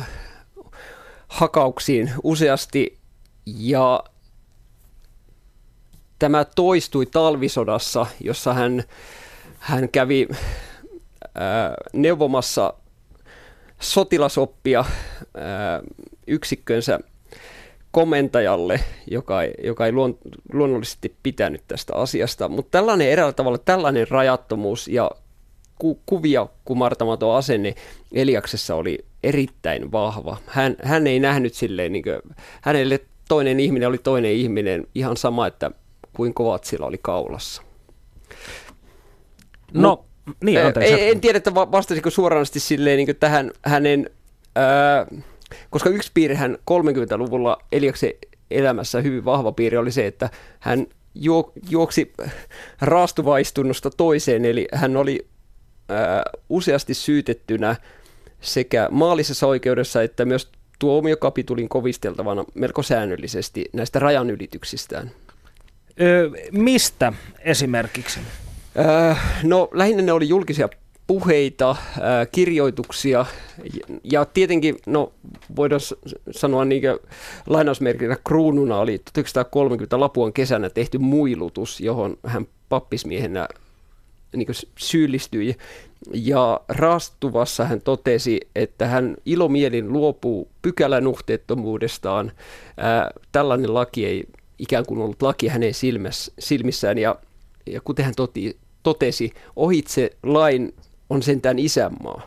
hakauksiin useasti, ja tämä toistui talvisodassa, jossa hän, hän kävi ää, neuvomassa sotilasoppia ää, yksikkönsä komentajalle, joka ei, joka ei luon, luonnollisesti pitänyt tästä asiasta. Mutta tällainen eräällä tavalla tällainen rajattomuus ja ku, kuvia kumartamaton asenne Eliaksessa oli erittäin vahva. Hän, hän ei nähnyt silleen, niin kuin, hänelle toinen ihminen oli toinen ihminen, ihan sama, että kuin kovat sillä oli kaulassa. No, Mut, niin, anteeksi. En tiedä, että vastasiko suoranaisesti silleen niin kuin tähän hänen... Ää, koska yksi piirrehän kolmekymmentäluvulla Eliaksen elämässä hyvin vahva piirre oli se, että hän juoksi raastuvaistunnosta toiseen, eli hän oli ää, useasti syytettynä sekä maallisessa oikeudessa että myös tuomiokapitulin kovisteltavana melko säännöllisesti näistä rajanylityksistään. Öö, mistä esimerkiksi? Öö, no lähinnä ne oli julkisia puheita, ää, kirjoituksia ja tietenkin, no voidaan sanoa niin kuin lainausmerkillä kruununa oli tuhatyhdeksänsataakolmekymmentä Lapuan kesänä tehty muilutus, johon hän pappismiehenä niin kuin syyllistyi. Ja raastuvassa hän totesi, että hän ilomielin luopuu pykälänuhteettomuudestaan. Ää, tällainen laki ei ikään kuin ollut laki hänen silmissään ja, ja kuten hän toti, totesi, ohitse lain on sentään isänmaa.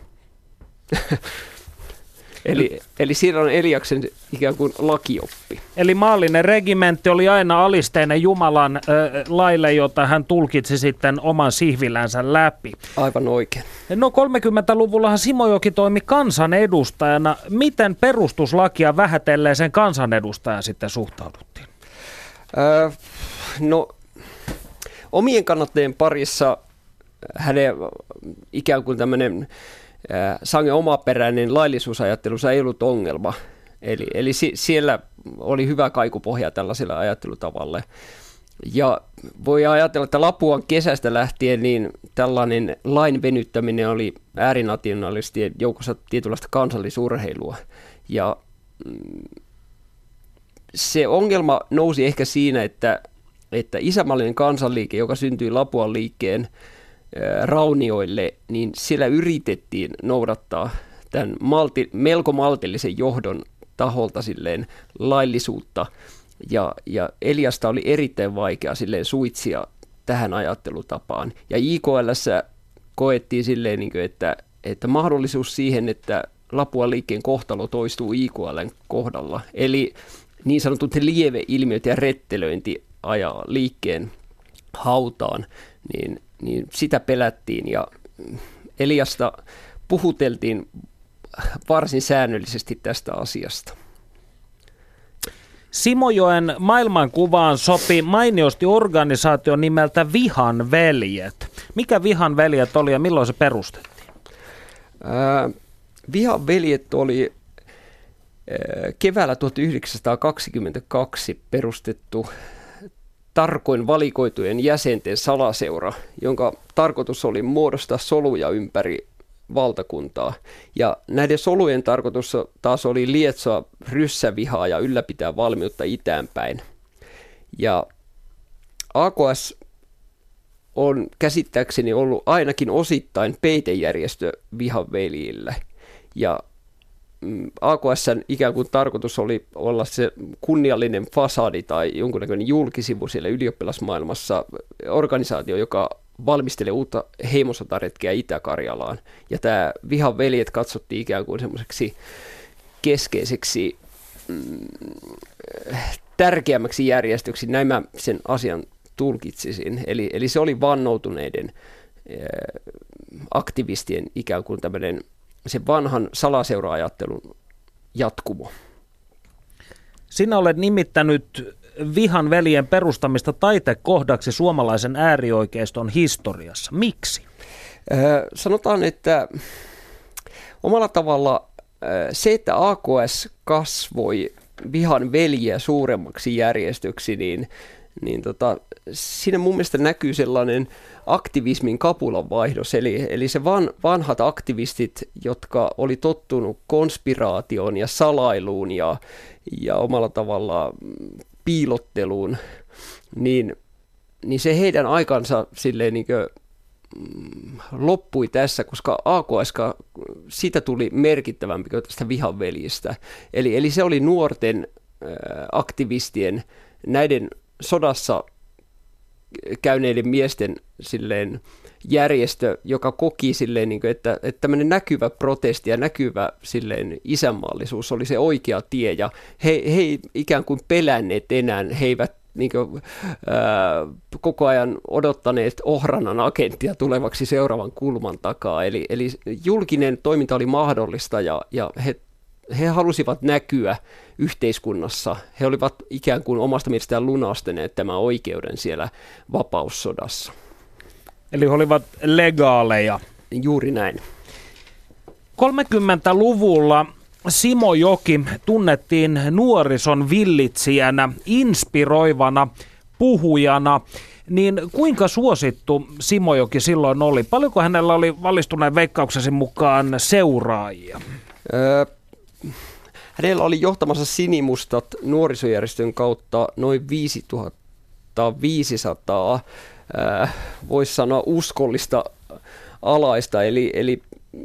eli, eli siinä on Eliaksen ikään kuin lakioppi. Eli maallinen regimentti oli aina alisteinen Jumalan äh, laille, jota hän tulkitsi sitten oman sihvilänsä läpi. Aivan oikein. No kolmekymmentäluvullahan Simojoki toimi kansanedustajana. Miten perustuslakia vähätelleen sen kansanedustajan sitten suhtauduttiin? Öö, no omien kannattajien parissa hänen ikään kuin tämmöinen äh, sangen omaperäinen laillisuusajattelussa ei ollut ongelma. Eli, eli si- siellä oli hyvä kaikupohja tällaiselle ajattelutavalle. Ja voi ajatella, että Lapuan kesästä lähtien niin tällainen lain venyttäminen oli äärinationalistien joukossa tietynlaista kansallisurheilua. Ja mm, se ongelma nousi ehkä siinä, että, että isämaallinen kansanliike, joka syntyi Lapuan liikkeen raunioille, niin siellä yritettiin noudattaa tämän malti, melko maltillisen johdon taholta silleen laillisuutta, ja, ja Eliasta oli erittäin vaikea silleen suitsia tähän ajattelutapaan. Ja I K L:ssä koettiin silleen, että, että mahdollisuus siihen, että Lapuan liikkeen kohtalo toistuu I K L:n kohdalla, eli niin sanotut lieveilmiöt ja rettelöinti ajaa liikkeen hautaan, niin niin sitä pelättiin ja Eliasta puhuteltiin varsin säännöllisesti tästä asiasta. Simojoen maailmankuvaan sopi mainiosti organisaatio nimeltä Vihan veljet. Mikä Vihan veljet oli ja milloin se perustettiin? Ää, Vihan veljet oli ää, keväällä tuhatyhdeksänsataakaksikymmentäkaksi perustettu tarkoin valikoitujen jäsenten salaseura, jonka tarkoitus oli muodostaa soluja ympäri valtakuntaa. Ja näiden solujen tarkoitus taas oli lietsoa ryssävihaa ja ylläpitää valmiutta itäänpäin. Ja A K S on käsittääkseni ollut ainakin osittain peitejärjestö vihan veljille. Ja A K S:n ikään kuin tarkoitus oli olla se kunniallinen fasadi tai jonkunnäköinen julkisivu siellä ylioppilasmaailmassa, organisaatio, joka valmistelee uutta heimosotaretkeä Itä-Karjalaan. Ja tämä Vihan veljet katsottiin ikään kuin semmoiseksi keskeiseksi mm, tärkeämmäksi järjestöksi, näin mä sen asian tulkitsisin. Eli, eli se oli vannoutuneiden äh, aktivistien ikään kuin tämmöinen sen vanhan salaseura-ajattelun jatkumo. Sinä olet nimittänyt Vihan veljen perustamista taitekohdaksi suomalaisen äärioikeiston historiassa. Miksi? Äh, sanotaan, että omalla tavalla äh, se, että A K S kasvoi Vihan veljiä suuremmaksi järjestöksi, niin, niin tota, siinä mun mielestä näkyy sellainen aktivismin kapulanvaihdos, eli, eli se van, vanhat aktivistit, jotka oli tottunut konspiraatioon ja salailuun ja, ja omalla tavalla piilotteluun, niin, niin se heidän aikansa silleen niin kuin, mm, loppui tässä, koska A K S, siitä tuli merkittävämpi kuin tästä vihan veljistä. Eli, eli se oli nuorten aktivistien, näiden sodassa käyneiden miesten silleen järjestö, joka koki silleen, niin kuin, että, että tämmöinen näkyvä protesti ja näkyvä silleen isänmaallisuus oli se oikea tie, ja he, he ei ikään kuin pelänneet enää, he eivät niin kuin, ää, koko ajan odottaneet Ohranan agenttia tulevaksi seuraavan kulman takaa, eli, eli julkinen toiminta oli mahdollista, ja, ja he He halusivat näkyä yhteiskunnassa. He olivat ikään kuin omasta mielestään lunastaneet tämän oikeuden siellä vapaussodassa. Eli he olivat legaaleja. Juuri näin. kolmekymmentäluvulla Simojoki tunnettiin nuorison villitsijänä, inspiroivana puhujana. Niin kuinka suosittu Simojoki silloin oli? Paljonko hänellä oli valistuneen veikkauksesi mukaan seuraajia? Öö, hänellä oli johtamassa Sinimustat nuorisojärjestön kautta noin viisituhatta viisisataa, öö, voisi sanoa uskollista alaista, eli, eli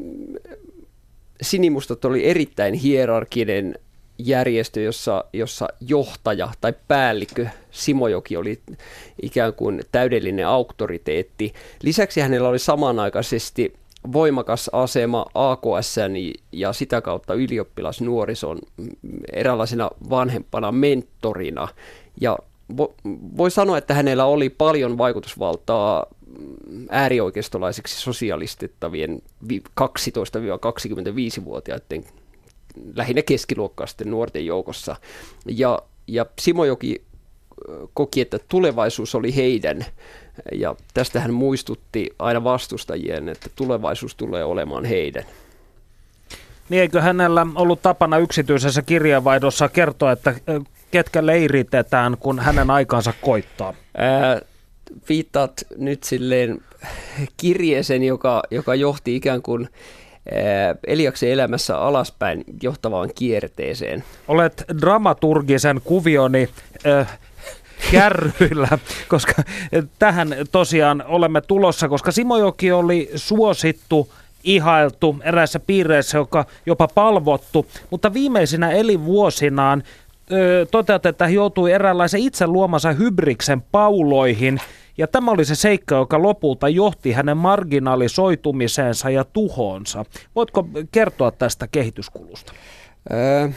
Sinimustat oli erittäin hierarkinen järjestö, jossa, jossa johtaja tai päällikkö Simojoki oli ikään kuin täydellinen auktoriteetti. Lisäksi hänellä oli samanaikaisesti voimakas asema A K S:n ja sitä kautta ylioppilasnuorison eräänlaisena vanhempana mentorina. Ja voi sanoa, että hänellä oli paljon vaikutusvaltaa äärioikeistolaiseksi sosialistettavien kaksitoista kaksikymmentäviisi-vuotiaiden lähinnä keskiluokkaisten nuorten joukossa. Ja, ja Simojoki koki, että tulevaisuus oli heidän, ja tästä hän muistutti aina vastustajien, että tulevaisuus tulee olemaan heidän. Niin eikö hänellä ollut tapana yksityisessä kirjeenvaihdossa kertoa, että ketkä leiritetään, kun hänen aikansa koittaa? Ää, viittaat nyt silleen kirjeeseen, joka, joka johti ikään kuin Eliaksen elämässä alaspäin johtavaan kierteeseen. Olet dramaturgisen kuvioni äh, kärryillä, koska tähän tosiaan olemme tulossa, koska Simojoki oli suosittu, ihailtu eräissä piireissä, joka jopa palvottu, mutta viimeisinä elinvuosinaan ö, toteat, että hän joutui eräänlaisen itse luomansa hybriksen pauloihin, ja tämä oli se seikka, joka lopulta johti hänen marginalisoitumiseensa ja tuhoonsa. Voitko kertoa tästä kehityskulusta? Öö,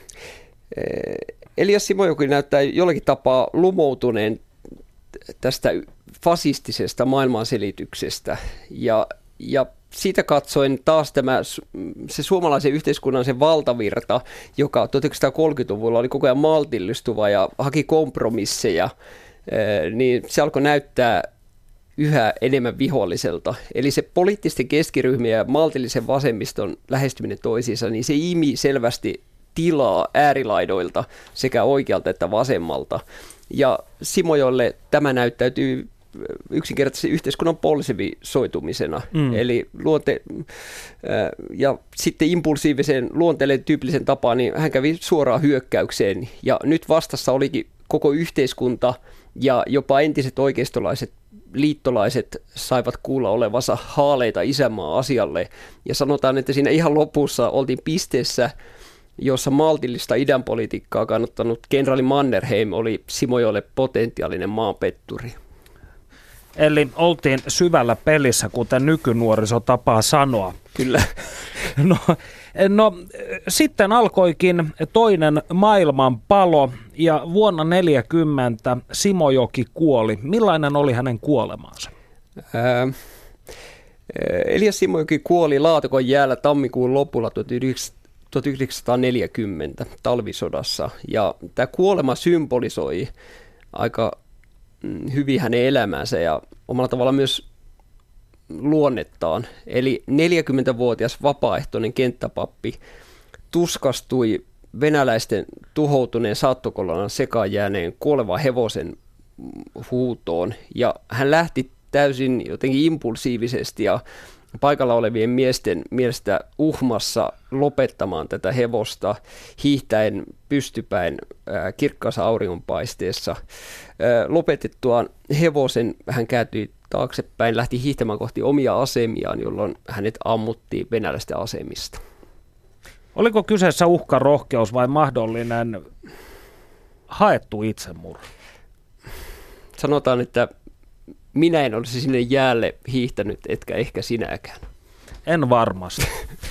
Elias Simojoki näyttää jollakin tapaa lumoutuneen tästä fasistisesta maailmanselityksestä, ja, ja siitä katsoen taas tämä, se suomalaisen yhteiskunnan se valtavirta, joka tuhatyhdeksänsataakolmekymmentäluvulla oli koko ajan maltillistuva ja haki kompromisseja, niin se alkoi näyttää yhä enemmän viholliselta. Eli se poliittisten keskiryhmien ja maltillisen vasemmiston lähestyminen toisiinsa, niin se imi selvästi tilaa äärilaidoilta sekä oikealta että vasemmalta. Ja Simojolle tämä näyttäytyy yksinkertaisesti yhteiskunnan bolsevisoitumisena, mm. eli luonte, ja sitten impulsiivisen luonteelle tyypillisen tapaan, niin hän kävi suoraan hyökkäykseen, ja nyt vastassa olikin koko yhteiskunta, ja jopa entiset oikeistolaiset liittolaiset saivat kuulla olevansa haaleita isänmaan asialle, ja sanotaan, että siinä ihan lopussa oltiin pisteessä, jossa maltillista idänpolitiikkaa kannattanut kenraali Mannerheim oli Simojolle potentiaalinen maanpetturi. Eli oltiin syvällä pelissä, kuten nykynuoriso tapaa sanoa. Kyllä. No, no sitten alkoikin toinen maailmanpalo, ja vuonna tuhatyhdeksänsataaneljäkymmentä Simojoki kuoli. Millainen oli hänen kuolemaansa? Ää, Elias Simojoki kuoli Laatikon jäällä tammikuun lopulla tuhatyhdeksänsataaneljäkymmentä talvisodassa, ja tämä kuolema symbolisoi aika hyvin hänen elämänsä ja omalla tavalla myös luonnettaan. Eli neljäkymmentävuotias vapaaehtoinen kenttäpappi tuskastui venäläisten tuhoutuneen saattokolonnan sekaan jääneen kuolevan hevosen huutoon, ja hän lähti täysin jotenkin impulsiivisesti ja paikalla olevien miesten mielestä uhmassa lopettamaan tätä hevosta hiihtäen pystypäin ää, kirkkaassa auringonpaisteessa. Ää, lopetettuaan hevosen hän kääntyi taaksepäin, lähti hiihtämään kohti omia asemiaan, jolloin hänet ammuttiin venäläisten asemista. Oliko kyseessä uhkarohkeus vai mahdollinen haettu itsemurha? Sanotaan, että minä en olisi sinne jäälle hiihtänyt, etkä ehkä sinäkään. En varmasti.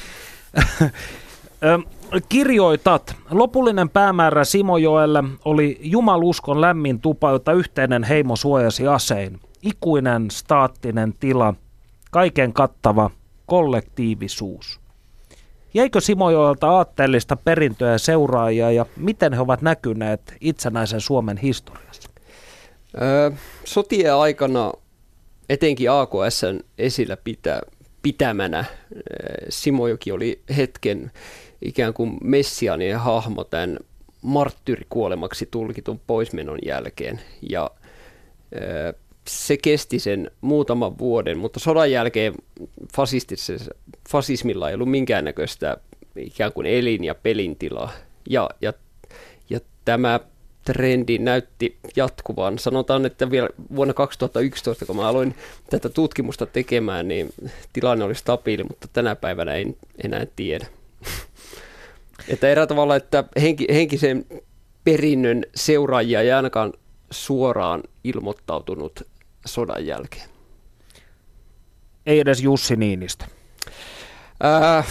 Kirjoitat, lopullinen päämäärä Simojoelle oli jumaluskon lämmin tupa, jota yhteinen heimo suojasi asein. Ikuinen staattinen tila, kaiken kattava kollektiivisuus. Jäikö Simojoelta aatteellista perintöä ja seuraajia ja miten he ovat näkyneet itsenäisen Suomen historiassa? Öö, sotien aikana etenkin A K S:n esillä pitä, pitämänä Simojoki oli hetken ikään kuin messiaaninen hahmo tämän marttyyrikuolemaksi tulkitun poismenon jälkeen. Ja öö, se kesti sen muutaman vuoden, mutta sodan jälkeen fasismilla ei ollut minkäännäköistä ikään kuin elin- ja pelintilaa. Ja, ja, ja tämä trendi näytti jatkuvan. Sanotaan, että vielä vuonna kaksituhattayksitoista, kun mä aloin tätä tutkimusta tekemään, niin tilanne oli stabiili, mutta tänä päivänä en enää tiedä. Että erää tavalla, että henki, henkisen perinnön seuraajia ei ainakaan suoraan ilmoittautunut sodan jälkeen. Ei edes Jussi Niinistö. Äh,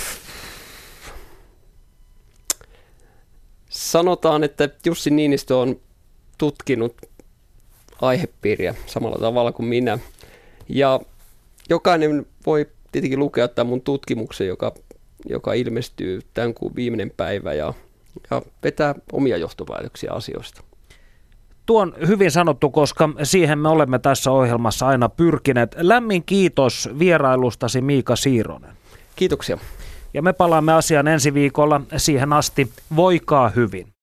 sanotaan, että Jussi Niinistö on tutkinut aihepiiriä samalla tavalla kuin minä. Ja jokainen voi tietenkin lukea tämän mun tutkimuksen, joka, joka ilmestyy tämän kuun viimeinen päivä ja, ja vetää omia johtopäätöksiä asioista. Tuo on hyvin sanottu, koska siihen me olemme tässä ohjelmassa aina pyrkineet. Lämmin kiitos vierailustasi, Miika Siironen. Kiitoksia. Ja me palaamme asiaan ensi viikolla. Siihen asti voikaa hyvin.